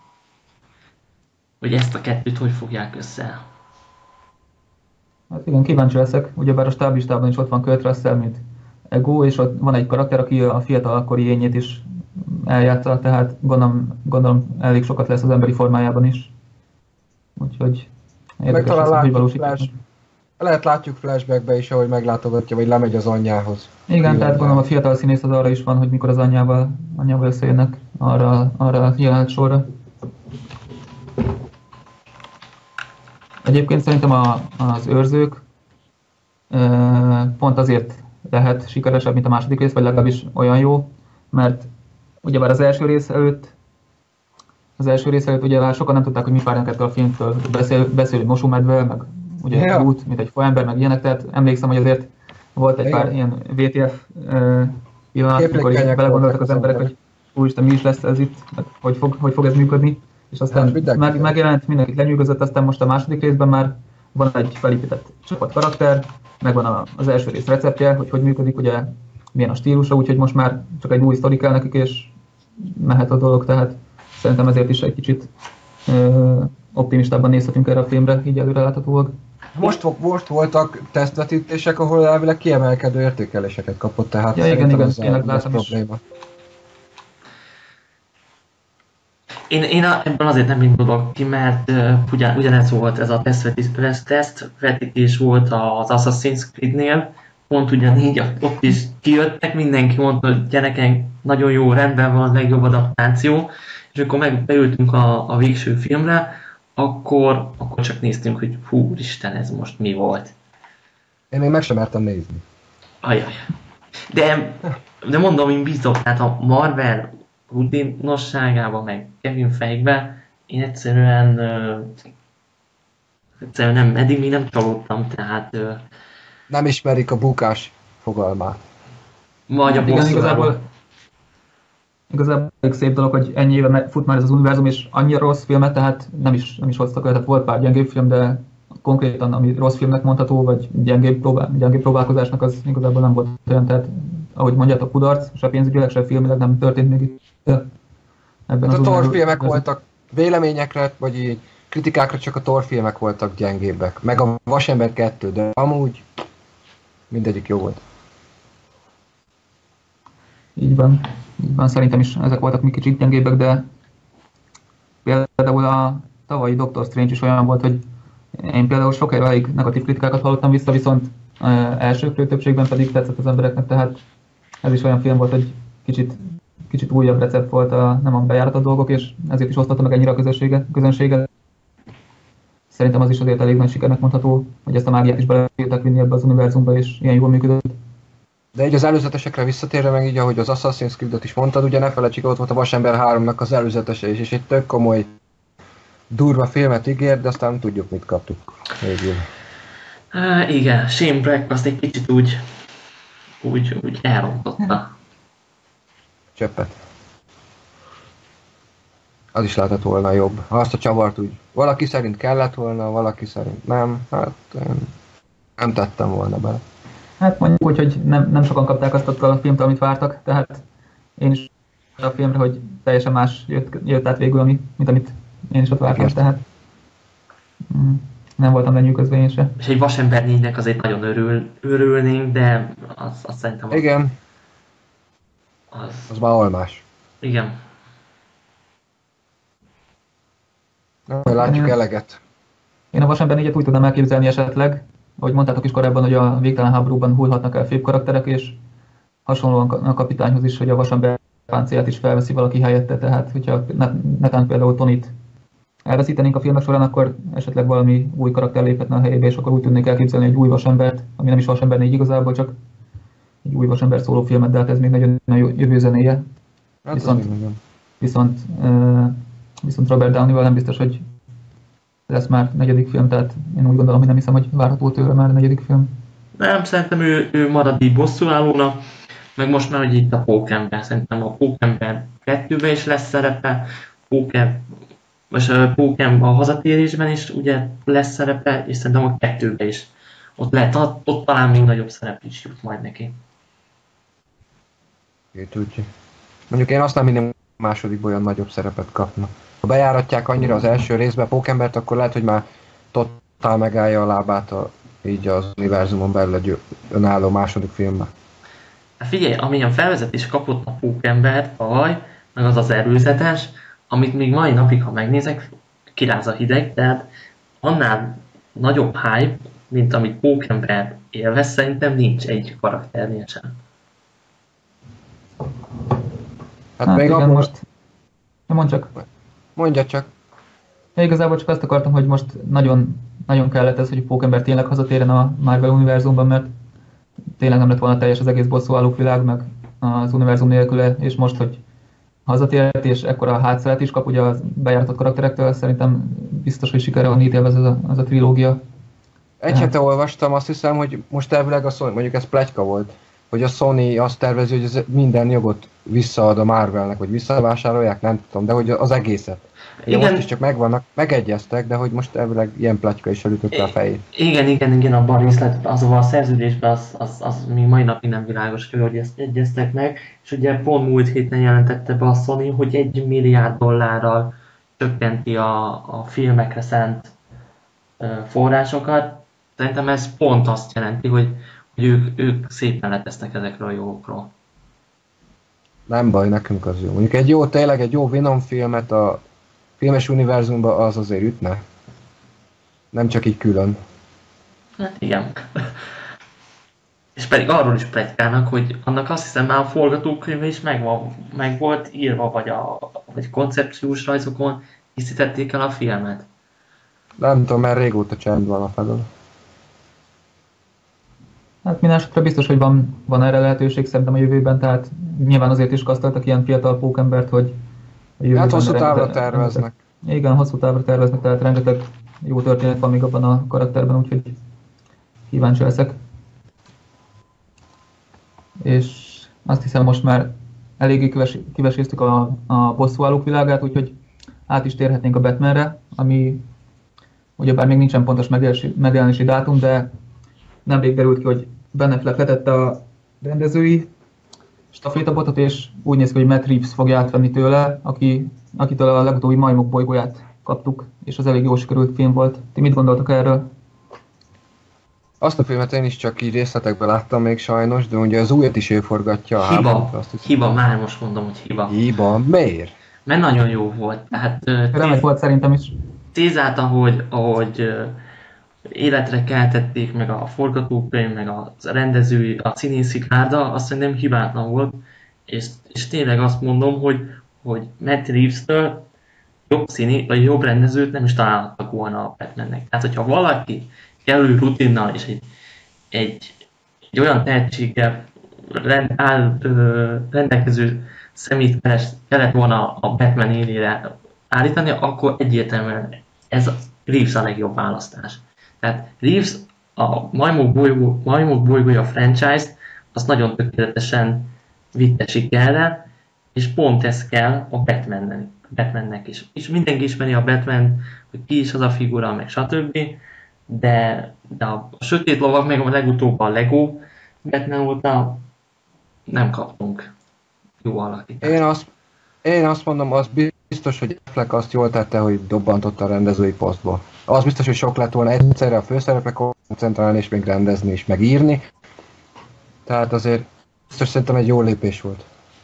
hogy ezt a kettőt hogy fogják össze.
Hát igen, kíváncsi leszek. Ugyebár a stáblistában is ott van Kurt Russell, mint Ego, és ott van egy karakter, aki a fiatalkori énjét is eljátsza, tehát gondolom, gondolom elég sokat lesz az emberi formájában is. Úgyhogy érdekes lesz, hogy valósítják.
Lehet látjuk flashbackbe is, ahogy meglátogatja, vagy lemegy az anyjához.
Igen, Jön tehát gondolom a fiatal színész az arra is van, hogy mikor az anyjával, anyjával összejönnek arra, arra a jelenet sorra. Egyébként szerintem a, az őrzők pont azért lehet sikeresebb, mint a második rész, vagy legalábbis olyan jó, mert ugyebár az első rész előtt, az első rész előtt ugye sokan nem tudták, hogy mi várnak ettől a filmtől, beszél, beszél, hogy mosómedve, meg ugye
ja.
út, mint egy folyember, meg ilyenek, tehát emlékszem, hogy azért volt egy igen. pár ilyen vé té ef pillanat, amikor belegondoltak az emberek, hogy úristen, mi is lesz ez itt, hogy fog, hogy fog ez működni. És aztán hát, meg, megjelent, mindenkit lenyűgözött, aztán most a második részben már van egy felépített csapat karakter, megvan az első rész receptje, hogy hogy működik, ugye milyen a stílusa, úgyhogy most már csak egy új sztori kell nekik, és mehet a dolog, tehát szerintem ezért is egy kicsit ö, optimistában nézhetünk erre a filmre, így előreláthatóak.
Most, most voltak tesztvetítések, ahol elvileg kiemelkedő értékeléseket kapott, tehát
ja, igen, igen, tényleg látom is.
Probléma. Én, én ebben azért nem indulok ki, mert uh, ugyan, ugyanez volt ez a tesztvetítés volt az Assassin's Creed-nél, pont ugyanígy ott is kijöttek, mindenki mondta, hogy gyerekek, nagyon jó, rendben van, legjobb adaptáció, és akkor meg beültünk a, a végső filmre, akkor, akkor csak néztünk, hogy hú, Isten, ez most mi volt.
Én még meg sem mertem nézni.
Ajaj. De, de mondom, én bízok, tehát a Marvel rutinosságában, meg Kevin Feige, én egyszerűen, uh, egyszerűen nem, eddig még nem csalódtam, tehát... Uh,
Nem ismerik a bukás fogalmát.
Vagy a
igen,
bosszú
igazából, igazából egy szép dolog, hogy ennyi éve fut már ez az univerzum, és annyira rossz filmet, tehát nem is, nem is hoztak el. Tehát volt pár gyengébb film, de konkrétan, ami rossz filmnek mondható, vagy gyengébb, próbál, gyengébb próbálkozásnak, az igazából nem volt olyan. Tehát, ahogy mondjátok, kudarc, se pénzügyileg, se filmileg nem történt még itt. Ebben
Hát
az
a Thor
univerzum-
filmek voltak véleményekre, vagy így kritikákra csak a Thor filmek voltak gyengébbek. Meg a Vasember kettő, de amúgy mindegyik jó volt.
Így van. Így van, szerintem is ezek voltak mi kicsit gyengébbek, de például a tavalyi Doctor Strange is olyan volt, hogy én például sok elég negatív kritikákat hallottam vissza, viszont uh, elsőkrő többségben pedig tetszett az embereknek, tehát ez is olyan film volt, hogy kicsit, kicsit újabb recept volt, a, nem a bejáratott dolgok, és ezért is osztotta meg ennyire a közönséget. közönséget. Szerintem az is azért elég nagy sikernek mondható, hogy ezt a mágiát is bele tudták vinni ebbe az univerzumba, és ilyen jól működött.
De így az előzetesekre visszatérve meg így, ahogy az Assassin's Creed-ot is mondtad, ugye ne felejtsük, ott volt a Vasember háromnak az előzetese is, és egy tök komoly, durva filmet ígért, de aztán tudjuk, mit kaptuk végül.
Uh, igen, Shane Black azt egy kicsit úgy, úgy, úgy elrontotta.
Csöppet. Az is lehetett volna jobb. Ha azt a csavart úgy valaki szerint kellett volna, valaki szerint nem, hát én nem tettem volna bele.
Hát mondjuk úgy, hogy nem, nem sokan kapták azt a filmtől, amit vártak, tehát én is a filmre, hogy teljesen más jött, jött át végül, ami, mint amit én is ott vártam,
Igen.
tehát mm, nem voltam lenyűgözve én se.
És egy Vasember négynek azért nagyon örül, örülnénk, de az, az szerintem az,
Igen,
az...
az már almás.
Igen.
Nem, látjuk eleget.
Én a Vasember négyet úgy tudnám elképzelni esetleg, ahogy mondtátok is korábban, hogy a végtelen háborúban hullhatnak el főbb karakterek, és hasonlóan a kapitányhoz is, hogy a Vasember páncélját is felveszi valaki helyette, tehát hogyha netán például Tonit elveszítenénk a filmek során, akkor esetleg valami új karakter léphetne a helyébe, és akkor úgy tudnék elképzelni egy új Vasembert, ami nem is Vasember négy igazából, csak egy új Vasember szóló filmet, de hát ez még nagyon jó jövő zenéje.
Hát
Viszont,
az igen.
viszont, uh, viszont Robert Downey-val nem biztos, hogy lesz már negyedik film, tehát én úgy gondolom, hogy nem hiszem, hogy várható tőle már a negyedik film.
Nem, szerintem ő, ő marad így bosszúállónak, meg most már, hogy itt a Pókember, szerintem a Pókember kettőben is lesz szerepe, Pókem, most a Pókem a hazatérésben is ugye lesz szerepe, és szerintem a kettőben is. Ott lehet, ott talán még nagyobb szerep is jut majd neki.
Ki tudja. Mondjuk én azt nem hinném, a másodikból olyan nagyobb szerepet kapna. Ha bejáratják annyira az első részbe a Pókembert, akkor lehet, hogy már totál megállja a lábát a, így az univerzumon belül egy önálló második filmben.
Hát figyelj, amilyen felvezetés kapott a Pókember tavaly, meg az az előzetes, amit még mai napig, ha megnézek, kiráz a hideg, tehát annál nagyobb hype, mint amit Pókember élvez, szerintem nincs egy karakternél sem.
Hát,
Hát
még
igen,
abban
most... Mondd csak.
Mondja csak.
Ja, igazából csak azt akartam, hogy most nagyon, nagyon kellett ez, hogy Pókember tényleg hazatérjen a Marvel univerzumban, mert tényleg nem lett volna teljes az egész bosszúállók világ, meg az univerzum nélküle, és most, hogy hazatért, és ekkora hátszeret is kap ugye a bejáratott karakterektől, szerintem biztos, hogy sikerre van ítélve ez a, az a trilógia.
Egy
Tehát-
hete olvastam, azt hiszem, hogy most elvileg a Sony, mondjuk ez pletyka volt, hogy a Sony azt tervezi, hogy ez minden jogot visszaad a Marvelnek, vagy visszavásárolják, nem tudom, de hogy az egészet. Ugye
Igen.
most is csak megvannak, megegyeztek, de hogy most elvileg ilyen pletyka is elütötte a fejét.
Igen, igen, igen, abban a részlet, azonban a szerződésben az, az, az még mai napig nem világos, hogy ezt egyeztek meg, és ugye pont múlt héten jelentette be a Sony, hogy egy milliárd dollárral csökkenti a, a filmekre szánt ö, forrásokat. Szerintem ez pont azt jelenti, hogy, hogy ők, ők szépen letesznek ezekről a jogokról.
Nem baj, nekünk az jó. Mondjuk egy jó, tényleg egy jó Venom filmet a filmes univerzumban az azért ütne. Nem csak így külön.
Hát igen. És pedig arról is pletykálnak, hogy annak azt hiszem már a forgatókönyve is meg, van, meg volt írva, vagy a vagy koncepciós rajzokon készítették el a filmet.
Nem tudom, mert régóta csend van a felől.
Hát minden esetre biztos, hogy van, van erre lehetőség szerintem a jövőben, tehát nyilván azért is kasztoltak ilyen fiatal pókembert, hogy a jövőben...
Hát hosszú távra
rengeteg-
terveznek.
Igen, hosszú távra terveznek, tehát rengeteg jó történet van még abban a karakterben, úgyhogy kíváncsi leszek. És azt hiszem most már eléggé kives, kiveséztük a, a bosszúállók világát, úgyhogy át is térhetnénk a Batmanre, ami ugyebár még nincsen pontos megjelenési, megjelenési dátum, de nemrég derült ki, hogy Ben Affleck letette a rendezői stafétabotot, és úgy néz ki, hogy Matt Reeves fogja átvenni tőle, aki, akitől a legutóbbi Majmok bolygóját kaptuk, és az elég jól sikerült film volt. Ti mit gondoltak erről?
Azt a filmet én is csak így részletekben láttam még sajnos, de ugye az újat is ő forgatja. a
Hiba,
háborút, azt hiszem.
hiba, már most mondom, hogy hiba.
Hiba? Miért?
Mert nagyon jó volt. Tehát ö,
Remek
tíz-
volt szerintem is.
tézát, ahogy, ahogy ö, életre keltették, meg a forgatókönyv, meg a rendezői, a színészi kárda, azt szerintem hibátlan volt. És, és tényleg azt mondom, hogy, hogy Matt Reeves-től jobb színi, vagy jobb rendezőt nem is találhattak volna a Batmannek. Tehát, hogyha valaki kellő rutinnal és egy, egy, egy olyan tehetséggel rend, áll, ö, rendelkező szemét keres, kellett volna a Batman élére állítani, akkor egyértelműen ez a Reeves a legjobb választás. Tehát Reeves a Majmok, bolygó, Majmok bolygója franchise-t azt nagyon tökéletesen vitte sikerre, és pont ez kell a Batmannek, Batmannek is. És mindenki ismeri a Batman, hogy ki is az a figura, meg stb. De, de a sötét lovag, meg a legutóbb a Lego Batman óta nem kaptunk jó alakítást.
Én azt, én azt mondom, az biztos, hogy Affleck azt jól tette, hogy dobbantott a rendezői posztba. Az biztos, hogy sok lett volna egyszerre a főszerepre koncentrálni, és még rendezni, és megírni. Tehát azért biztos szerintem egy jó lépés volt.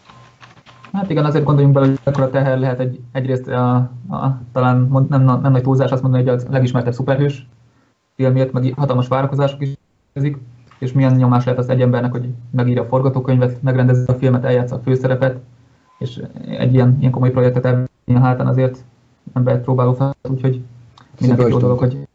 Hát igen, azért gondoljunk bele, hogy ekkora teher lehet egy, egyrészt a, a, talán mond, nem, nem nagy túlzás azt mondani, hogy a legismertebb szuperhős filmért, meg hatalmas várakozások is érkezik, és milyen nyomás lehet az egy embernek, hogy megírja a forgatókönyvet, megrendezze a filmet, eljátsza a főszerepet, és egy ilyen, ilyen komoly projektet elvinni a hátán azért embert próbáló fel, úgyhogy mindenki jó dolog, hogy...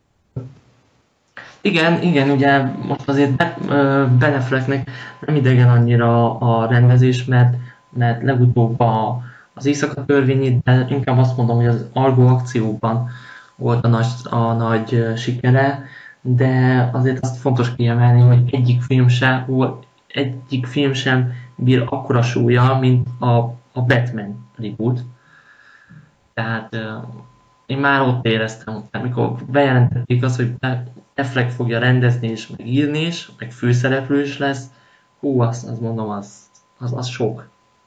Igen, igen, ugye most azért Ben Afflecknek nem idegen annyira a rendezés, mert, mert legutóbb a, az Éjszaka törvényét, de inkább azt mondom, hogy az Argo akcióban volt a nagy, a nagy sikere, de azért azt fontos kiemelni, hogy egyik film sem, egyik film sem bír akkora súlya, mint a, a Batman reboot. Tehát én már ott éreztem, amikor bejelentették azt, hogy Affleck fogja rendezni és megírni is, meg főszereplő is lesz, hú, azt, azt mondom, az, az, az sok.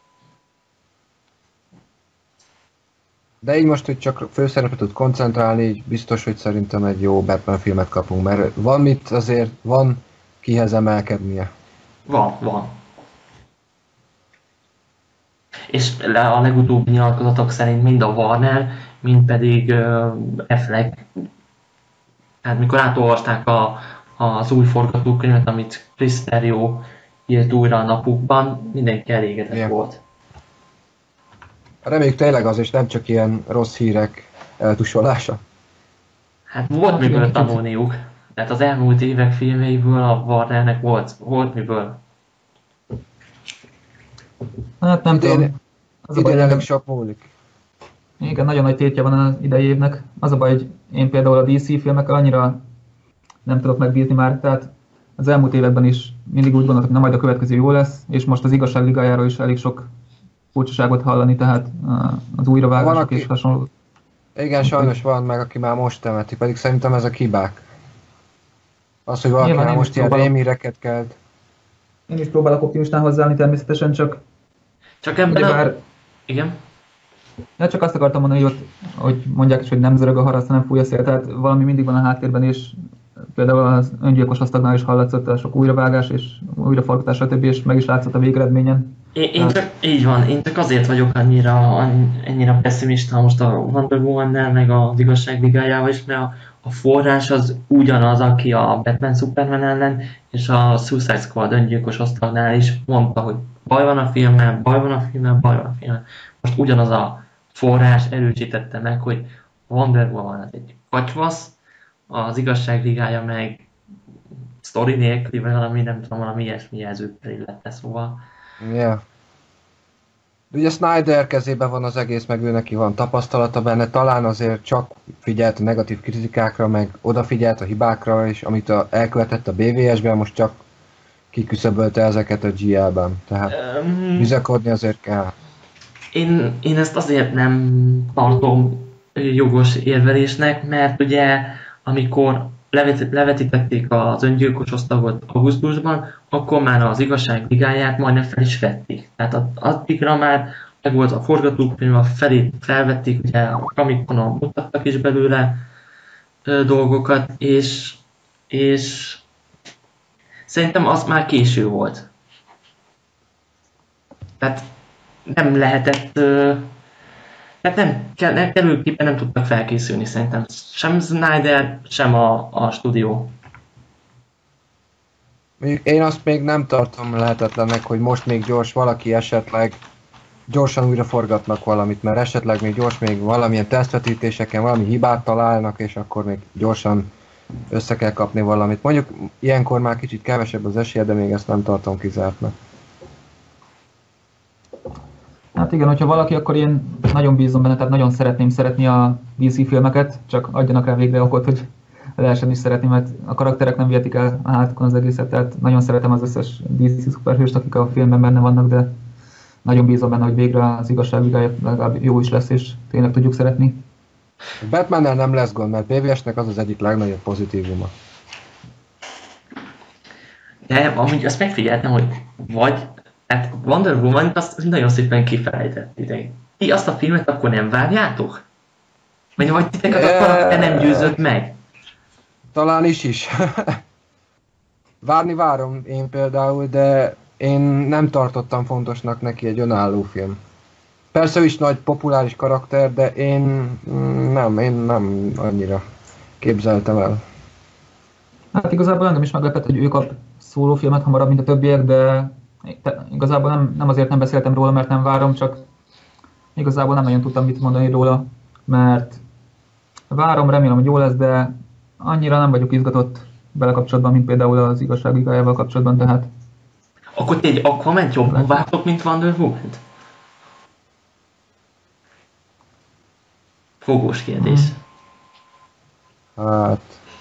De így most, hogy csak főszerepet tud koncentrálni, így biztos, hogy szerintem egy jó Batman filmet kapunk, mert van mit azért, van kihez emelkednie.
Van, van. És a legutóbbi nyilatkozatok szerint mind a Warner, mind pedig uh, Affleck, tehát mikor átolvasták a, az új forgatókönyvet, amit Chris Terrio írt újra a napukban, mindenki elégedett
Igen.
volt.
Reméljük tényleg az, és nem csak ilyen rossz hírek eltusolása.
Hát volt miből tanulniuk. Tehát az elmúlt évek filmeiből a Warnernek volt, volt miből.
Hát nem
Idén,
tudom. Az a baj,
idén elég
hogy-
sok múlik.
Igen, nagyon nagy tétje van az idei évnek. Az a baj, hogy én például a dé cé filmekkel annyira nem tudok megbízni már, tehát az elmúlt években is mindig úgy gondoltam, hogy na majd a következő jó lesz, és most az Igazság Ligájáról is elég sok furcsaságot hallani, tehát uh, az újravágások
Van, aki-
és hasonló.
Igen, sajnos van meg, aki már most temeti, pedig szerintem ezek hibák. Az, hogy valaki
Nyilván
már
én
most
is
ilyen
próbálom.
rémíreket kelt.
Én is próbálok optimistán hozzáállni természetesen, csak
Csak ebben a...
ugyebár,
Igen?
ja, csak azt akartam mondani, hogy ott, hogy mondják is, hogy nem zörög a harasz, hanem fúj a szél, tehát valami mindig van a háttérben, és például az öngyilkos asztagnál is hallatszott a sok újravágás és újraforgatás, stb. És meg is látszott a végeredményen.
Én, én csak, így van, én csak azért vagyok annyira, annyira pessimista most a Wonder Woman-nel, meg az Igazság Ligájával is, mert a, a forrás az ugyanaz, aki a Batman Superman ellen, és a Suicide Squad öngyilkos osztagnál is mondta, hogy baj van a filmmel, baj van a filmmel, baj van a filmmel. Most ugyanaz a forrás erősítette meg, hogy Wonder Woman az egy katyvasz, az Igazság Ligája meg sztori nélküli, vagy valami, nem tudom, valami ilyesmi jelzőkkel illette, szóval.
Yeah. Ugye Snyder kezében van az egész, meg ő neki van tapasztalata benne, talán azért csak figyelt a negatív kritikákra, meg odafigyelt a hibákra is, amit a, elkövetett a bé vé es-ben, most csak kiküszöbölte ezeket a gé el-ben, tehát um, bizakodni azért kell.
Én, én ezt azért nem tartom jogos érvelésnek, mert ugye amikor levet, levetítették az öngyilkos osztagot augusztusban, akkor már az igazság ligáját majdnem fel is vették. Tehát addigra már meg volt a forgatókönyv, a felét felvették, ugye a Comic-Conon mutattak is belőle ö, dolgokat, és, és szerintem az már késő volt. Tehát nem lehetett, ö, tehát nem, nem kellőképpen nem tudtak felkészülni szerintem. Sem Snyder, sem a, a stúdió.
Én azt még nem tartom lehetetlennek, hogy most még gyors valaki esetleg gyorsan újra forgatnak valamit, mert esetleg még gyors még valamilyen tesztvetítéseken valami hibát találnak, és akkor még gyorsan össze kell kapni valamit. Mondjuk ilyenkor már kicsit kevesebb az esélye, de még ezt nem tartom kizártnak.
Hát igen, hogyha valaki, akkor én nagyon bízom benne, tehát nagyon szeretném szeretni a dé cé filmeket, csak adjanak rá végre okot, hogy lehessen is szeretni, mert a karakterek nem vihetik el a hátukon az egészet, tehát nagyon szeretem az összes dé cé szuperhőst, akik a filmben benne vannak, de nagyon bízom benne, hogy végre az igazságvilága legalább jó is lesz, és tényleg tudjuk szeretni.
Batmannel nem lesz gond, mert bé vé es-nek az az egyik legnagyobb pozitívuma.
De amúgy azt megfigyeltem, hogy vagy, hát Wonder Woman azt nagyon szépen kifelejtett idején. Ti azt a filmet akkor nem várjátok? Vagy, vagy titeket a karakter nem győzött meg?
Talán is is. Várni várom én például, de én nem tartottam fontosnak neki egy önálló film. Persze ő is nagy, populáris karakter, de én nem, én nem annyira képzeltem el.
Hát igazából engem is meglepett, hogy ő kap szólófilmet hamarabb, mint a többiek, de igazából nem, nem azért nem beszéltem róla, mert nem várom, csak igazából nem nagyon tudtam mit mondani róla, mert várom, remélem, hogy jó lesz, de annyira nem vagyok izgatott vele kapcsolatban, mint például az igazságvilágával kapcsolatban, tehát...
Akkor ti egy Aquaman-t jobban vártok, mint Wonder Woman-t? Fogós kérdés.
Hát...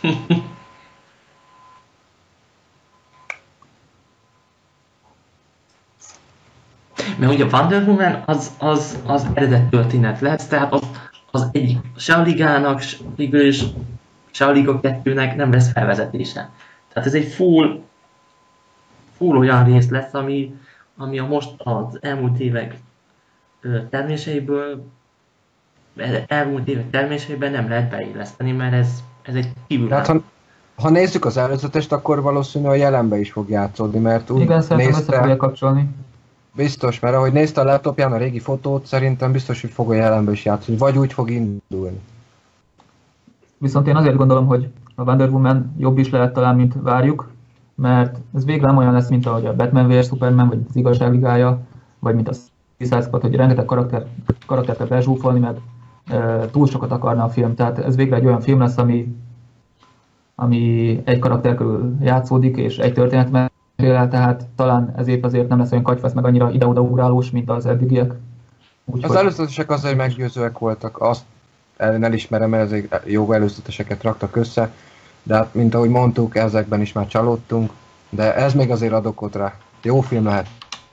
Mert ugye Wonder Woman az, az, az eredet történet lesz, tehát az, az egyik se a ligának, végül is se a Liga kettőnek nem lesz felvezetése. Tehát ez egy full, full olyan rész lesz, ami, ami a most az elmúlt évek terméseiből, elmúlt évek terméseiben nem lehet beilleszteni, mert ez, ez egy kívül.
Hát, ha, ha nézzük az előzetest, akkor valószínűleg a jelenbe is fog játszódni, mert úgy
igen, szerintem össze fogja kapcsolni.
Biztos, mert ahogy nézte a laptopján a régi fotót, szerintem biztos, hogy fog a jelenbe is játszani, vagy úgy fog indulni.
Viszont én azért gondolom, hogy a Wonder Woman jobb is lehet talán, mint várjuk, mert ez végre nem olyan lesz, mint ahogy a Batman versus. Superman, vagy az igazságvilága, vagy mint a Suicide Squad, hogy rengeteg karakter, karaktert kell bezsúfolni, mert e, túl sokat akarna a film. Tehát ez végre egy olyan film lesz, ami, ami egy karakter körül játszódik, és egy történet mesél, tehát talán ezért azért nem lesz olyan katyvasz, meg annyira ide-oda ugrálós, mint az eddigiek.
Úgy, az hogy... előzetesek azért meggyőzőek voltak, azt elismerem, mert ezek jó előzeteseket raktak össze, de hát, mint ahogy mondtuk, ezekben is már csalódtunk, de ez még azért ad okot rá. Jó film lehet.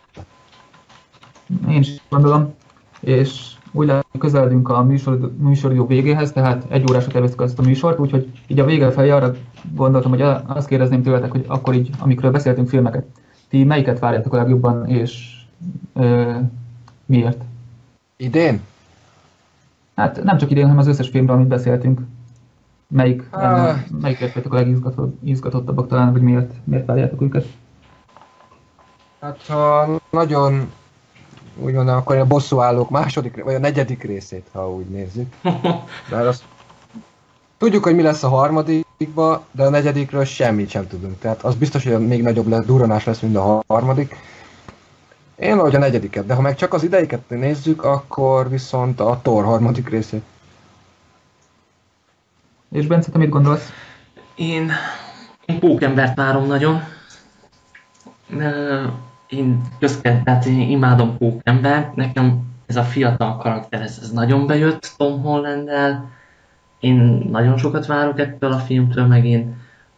Én is gondolom, és úgy lehet, hogy közeledünk a műsor, műsoridő végéhez, tehát egy órásra terveztük ezt a műsort, úgyhogy így a vége felé arra gondoltam, hogy azt kérdezném tőletek, hogy akkor így, amikről beszéltünk filmeket, ti melyiket várjátok a legjobban, és ö, miért?
Idén?
Hát nem csak idén, hanem az összes filmről, amit beszéltünk. Melyik, uh, melyikért vagytok a legizgatottabbak talán, vagy miért, miért várjátok őket?
Hát ha nagyon úgy mondom, akkor a bosszúállók második, vagy a negyedik részét, ha úgy nézzük. Mert azt tudjuk, hogy mi lesz a harmadikba, de a negyedikről semmit sem tudunk. Tehát az biztos, hogy még nagyobb lesz, durranás lesz, mint a harmadik. Én vagy a negyediket, de ha meg csak az ideiket nézzük, akkor viszont a Thor harmadik részét.
És Bence, te mit gondolsz?
Én, Én Pókembert várom nagyon. Én közként, tehát én imádom Pókembert. Nekem ez a fiatal karakter, ez, ez nagyon bejött Tom Holland-el. Én nagyon sokat várok ettől a filmtől, meg én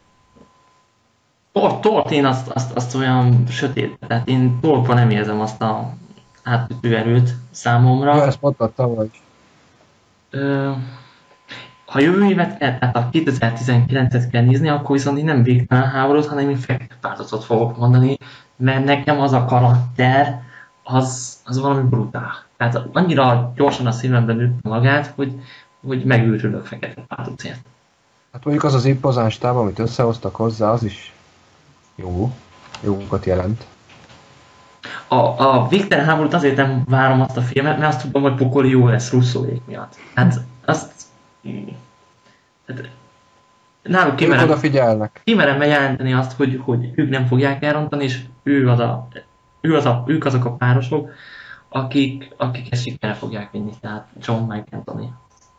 Thort én azt, azt, azt olyan sötét, tehát én Thorban nem érzem azt a átütő erőt számomra.
Ja, ezt mondtad tavaly.
Ö, ha jövő évet kell, tehát a kétezer-tizenkilencet kell nézni, akkor viszont én nem Végtelen háborút, hanem én Fekete Párducot fogok mondani, mert nekem az a karakter, az, az valami brutál. Tehát annyira gyorsan a szívemben nőtte magát, hogy, hogy megőrülök Fekete Párducért.
Hát mondjuk az az impozáns táv, amit összehoztak hozzá, az is jó, jókat jelent.
A, a Végtelen háborút azért nem várom azt a filmet, mert azt tudom, hogy pokoli jó lesz Russzóék miatt. Hát azt... Hát, náluk kimerem,
odafigyelnek.
Kimerem bejelenteni azt, hogy, hogy ők nem fogják elrontani, és ő az a, ő az a, ők azok a párosok, akik, akik ezt sikerre fogják vinni, tehát John meg Anthony.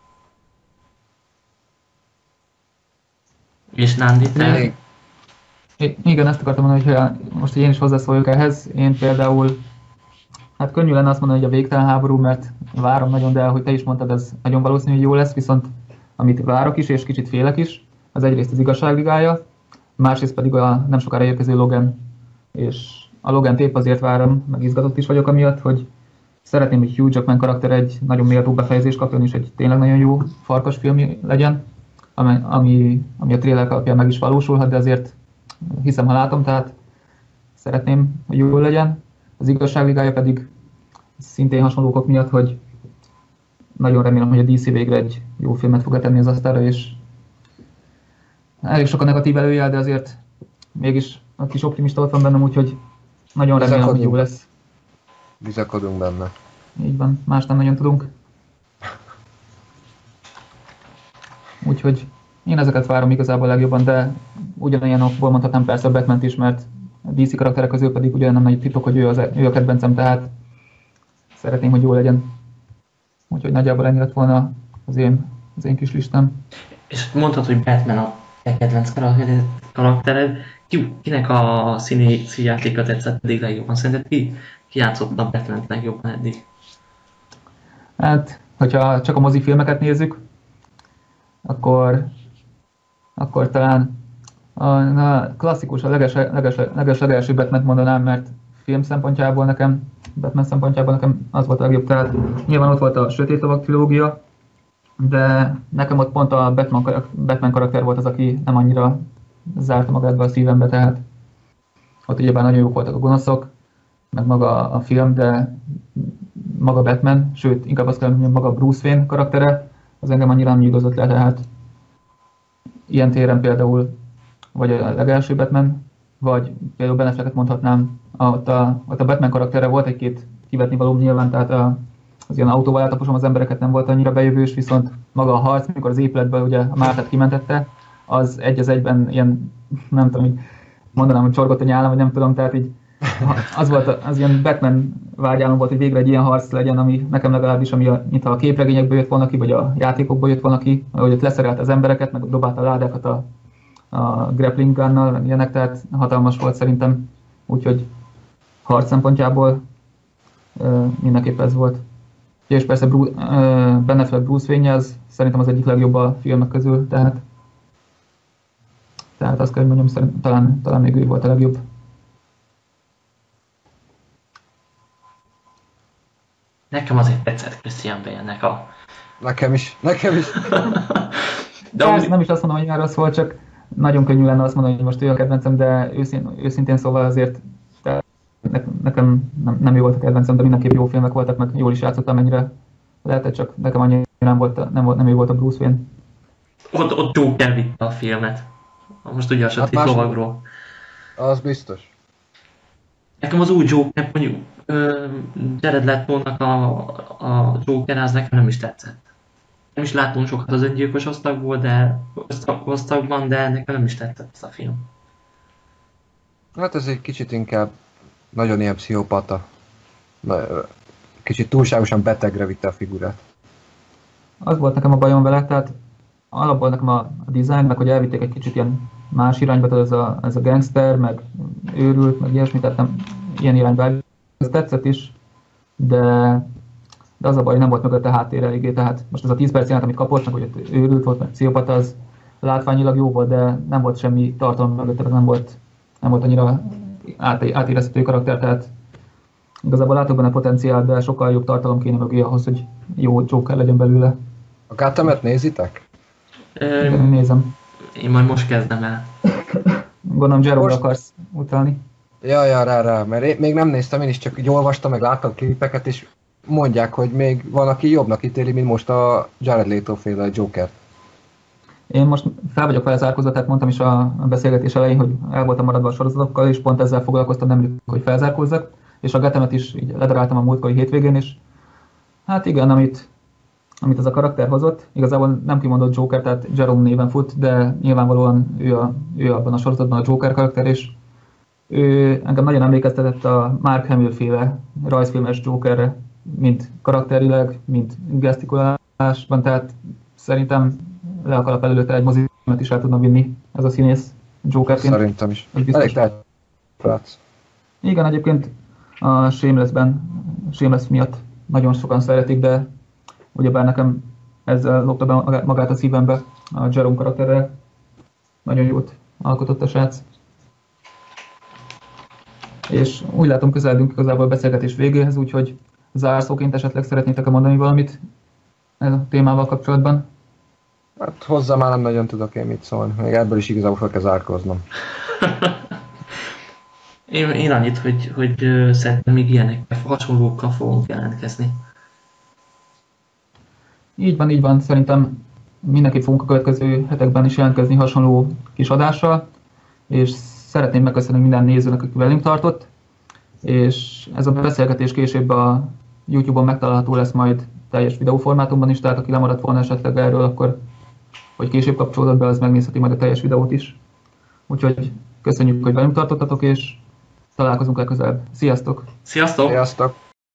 És Nandi, te?
É, igen, ezt akartam mondani, hogy most én is hozzászóljak ehhez. Én például, hát könnyű lenne azt mondani, hogy a Végtelen háború, mert várom nagyon, de ahogy te is mondtad, ez nagyon valószínű, hogy jó lesz, viszont amit várok is, és kicsit félek is, az egyrészt az Igazságligája, másrészt pedig a nem sokára érkező Logan. És a Logant épp azért várom, meg izgatott is vagyok amiatt, hogy szeretném, hogy Hugh Jackman karakter egy nagyon méltó befejezést kapjon, és egy tényleg nagyon jó farkas film legyen, ami, ami, ami a trailer alapján meg is valósulhat, de azért hiszem, ha látom, tehát szeretném, hogy jó legyen. Az Igazságligája pedig szintén hasonló okok miatt, hogy nagyon remélem, hogy a dé cé végre egy jó filmet fog tenni az asztalra, és elég sok a negatív előjel, de azért mégis a kis optimista ott van bennem, úgyhogy nagyon remélem, hogy jó lesz.
Bizakodunk benne.
Így van, más nem nagyon tudunk. Úgyhogy én ezeket várom igazából legjobban, de ugyanilyen okból mondhatnám persze a Batman-t is, mert a dé cé karakterek közül pedig ugyan nem nagy titok, hogy ő, az, ő a kedvencem, tehát szeretném, hogy jó legyen. Úgyhogy nagyjából ennyi lett volna az én, az én kis listám.
És mondtad, hogy Batman a te kedvenc karaktered. Ki, kinek a színész játéka tetszett eddig legjobban? Szerinted ki, ki játszott a Batman-t legjobban eddig?
Hát, hogyha csak a mozifilmeket nézzük, akkor, akkor talán a, a klasszikus, a leges, leges, leges legelső Batman-t mondanám, mert film szempontjából nekem, Batman szempontjából nekem az volt a legjobb. Tehát nyilván ott volt a Sötét Lovag trilógia, de nekem ott pont a Batman, Batman karakter volt az, aki nem annyira zárta magát be a szívembe, tehát ott ugyebár nagyon jók voltak a gonoszok, meg maga a film, de maga Batman, sőt, inkább azt kell mondani, maga Bruce Wayne karaktere, az engem annyira nem nyugodott le, tehát ilyen téren például vagy a legelső Batman, vagy például Ben Afflecket mondhatnám, ott a, ott a Batman karaktere volt egy-két kivetni való nyilván, tehát a, az ilyen autóval eltaposom az embereket nem volt annyira bejövős, viszont maga a harc, mikor az épületből ugye a Mártát kimentette, az egy az egyben ilyen, nem tudom, így mondanám, hogy csorgott a nyálam, vagy nem tudom, tehát így az volt, az ilyen Batman vágyálom volt, hogy végre egy ilyen harc legyen, ami nekem legalábbis, ami a, mintha a képregényekből jött volna ki, vagy a játékokból jött volna ki, hogy ott leszerelt az embereket, meg dobálta a ládákat a, a grappling gunnal, meg ilyenek, tehát hatalmas volt szerintem, úgyhogy harc szempontjából uh, mindenképp ez volt. És persze Bruce, uh, Ben Affleck Bruce Wayne, az szerintem az egyik legjobb a filmek közül, tehát tehát azt kell, hogy mondjam, szerint, talán, talán még ő volt a legjobb.
Nekem azért tetszett Christian Bale-nek a...
Nekem is, nekem is.
De Persze, nem is azt mondom, hogy már rossz volt, csak nagyon könnyű lenne azt mondani, hogy most ő a kedvencem, de őszintén, őszintén szóval azért ne, nekem nem, nem jó volt a kedvencem, de mindenképp jó filmek voltak, meg jól is játszottam, mennyire lehetett, csak nekem annyira nem volt, nem volt, nem ő volt a Bruce Wayne.
Ott, ott Joker vitte a filmet. Most ugye a Sötét hát Lovagról.
Az biztos.
Nekem az új Joker, mondjuk Jared Leto-nak a, a Joker, az nekem nem is tetszett. Nem is láttam sokat az öngyilkos osztagból, de osztagban, de nekem nem is tetszett ez a film.
Hát ez egy kicsit inkább nagyon ilyen pszichopata. Kicsit túlságosan betegre vitte a figurát.
Az volt nekem a bajom vele, tehát alapból nekem a, a design, meg hogy elvitték egy kicsit ilyen más irányba, tehát ez a, ez a gangster, meg őrült, meg ilyesmi, tehát nem ilyen irányba. Ez tetszett is, de, de az a baj, nem volt mögötte háttér eléggé, tehát most ez a tíz perc jelent, amit kapott, meg hogy őrült volt, meg pszichopata, az látványilag jó volt, de nem volt semmi tartalom mögötte, nem volt, nem volt annyira át, átérezhető karakter, tehát igazából látok benne potenciált, de sokkal jobb tartalom kéne mögé ahhoz, hogy jó Joker legyen belőle.
A Gothamet nézitek?
Ö,
Igen, nézem.
Én majd most kezdem el.
Gondolom Jerome
Most-
akarsz utalni.
Ja, ja, rá, rá, mert én még nem néztem, én is csak így olvastam, meg láttam klipeket, és mondják, hogy még van, aki jobbnak ítéli, mint most a Jared Leto féle Joker.
Én most fel vagyok felzárkózva, tehát mondtam is a beszélgetés elején, hogy el voltam maradva a sorozatokkal, és pont ezzel foglalkoztam, nem hogy felzárkózzak, és a Gothamet is így ledaráltam a múltkori hétvégén, és hát igen, amit, amit ez a karakter hozott, igazából nem kimondott Joker, tehát Jerome néven fut, de nyilvánvalóan ő, a, ő abban a sorozatban a Joker karakter, és ő engem nagyon emlékeztetett a Mark Hamill féle rajzfilmes Jokerre, mint karakterileg, mint gesztikulálásban, tehát szerintem le a kalap előtte egy mozimet is el tudna vinni ez a színész Jokerként.
Szerintem is.
Ez biztos.
Elég tehetős.
Igen, egyébként a Shameless-ben, Shameless miatt nagyon sokan szeretik, de ugyebár nekem ezzel lopta be magát a szívembe a Jerome karakterrel. Nagyon jót alkotott a srác. És úgy látom, közeledünk igazából a beszélgetés végéhez, úgyhogy zárszóként esetleg szeretnétek mondani valamit ez a témával kapcsolatban?
Hát hozzá már nem nagyon tudok én mit szólni. Még ebből is igazából fel kell zárkóznom.
Én, én annyit, hogy, hogy ö, szerintem még ilyenekkel, hasonlókkal fogunk jelentkezni.
Így van, így van. Szerintem mindenképp fogunk a következő hetekben is jelentkezni hasonló kis adással, és szeretném megköszönni minden nézőnek, aki velünk tartott, és ez a beszélgetés később a YouTube-on megtalálható lesz majd teljes videóformátumban is, tehát aki lemaradt volna esetleg erről, akkor hogy később kapcsolódott be, az megnézheti majd a teljes videót is. Úgyhogy köszönjük, hogy velünk tartottatok, és találkozunk legközelebb. Sziasztok!
Sziasztok!
Sziasztok!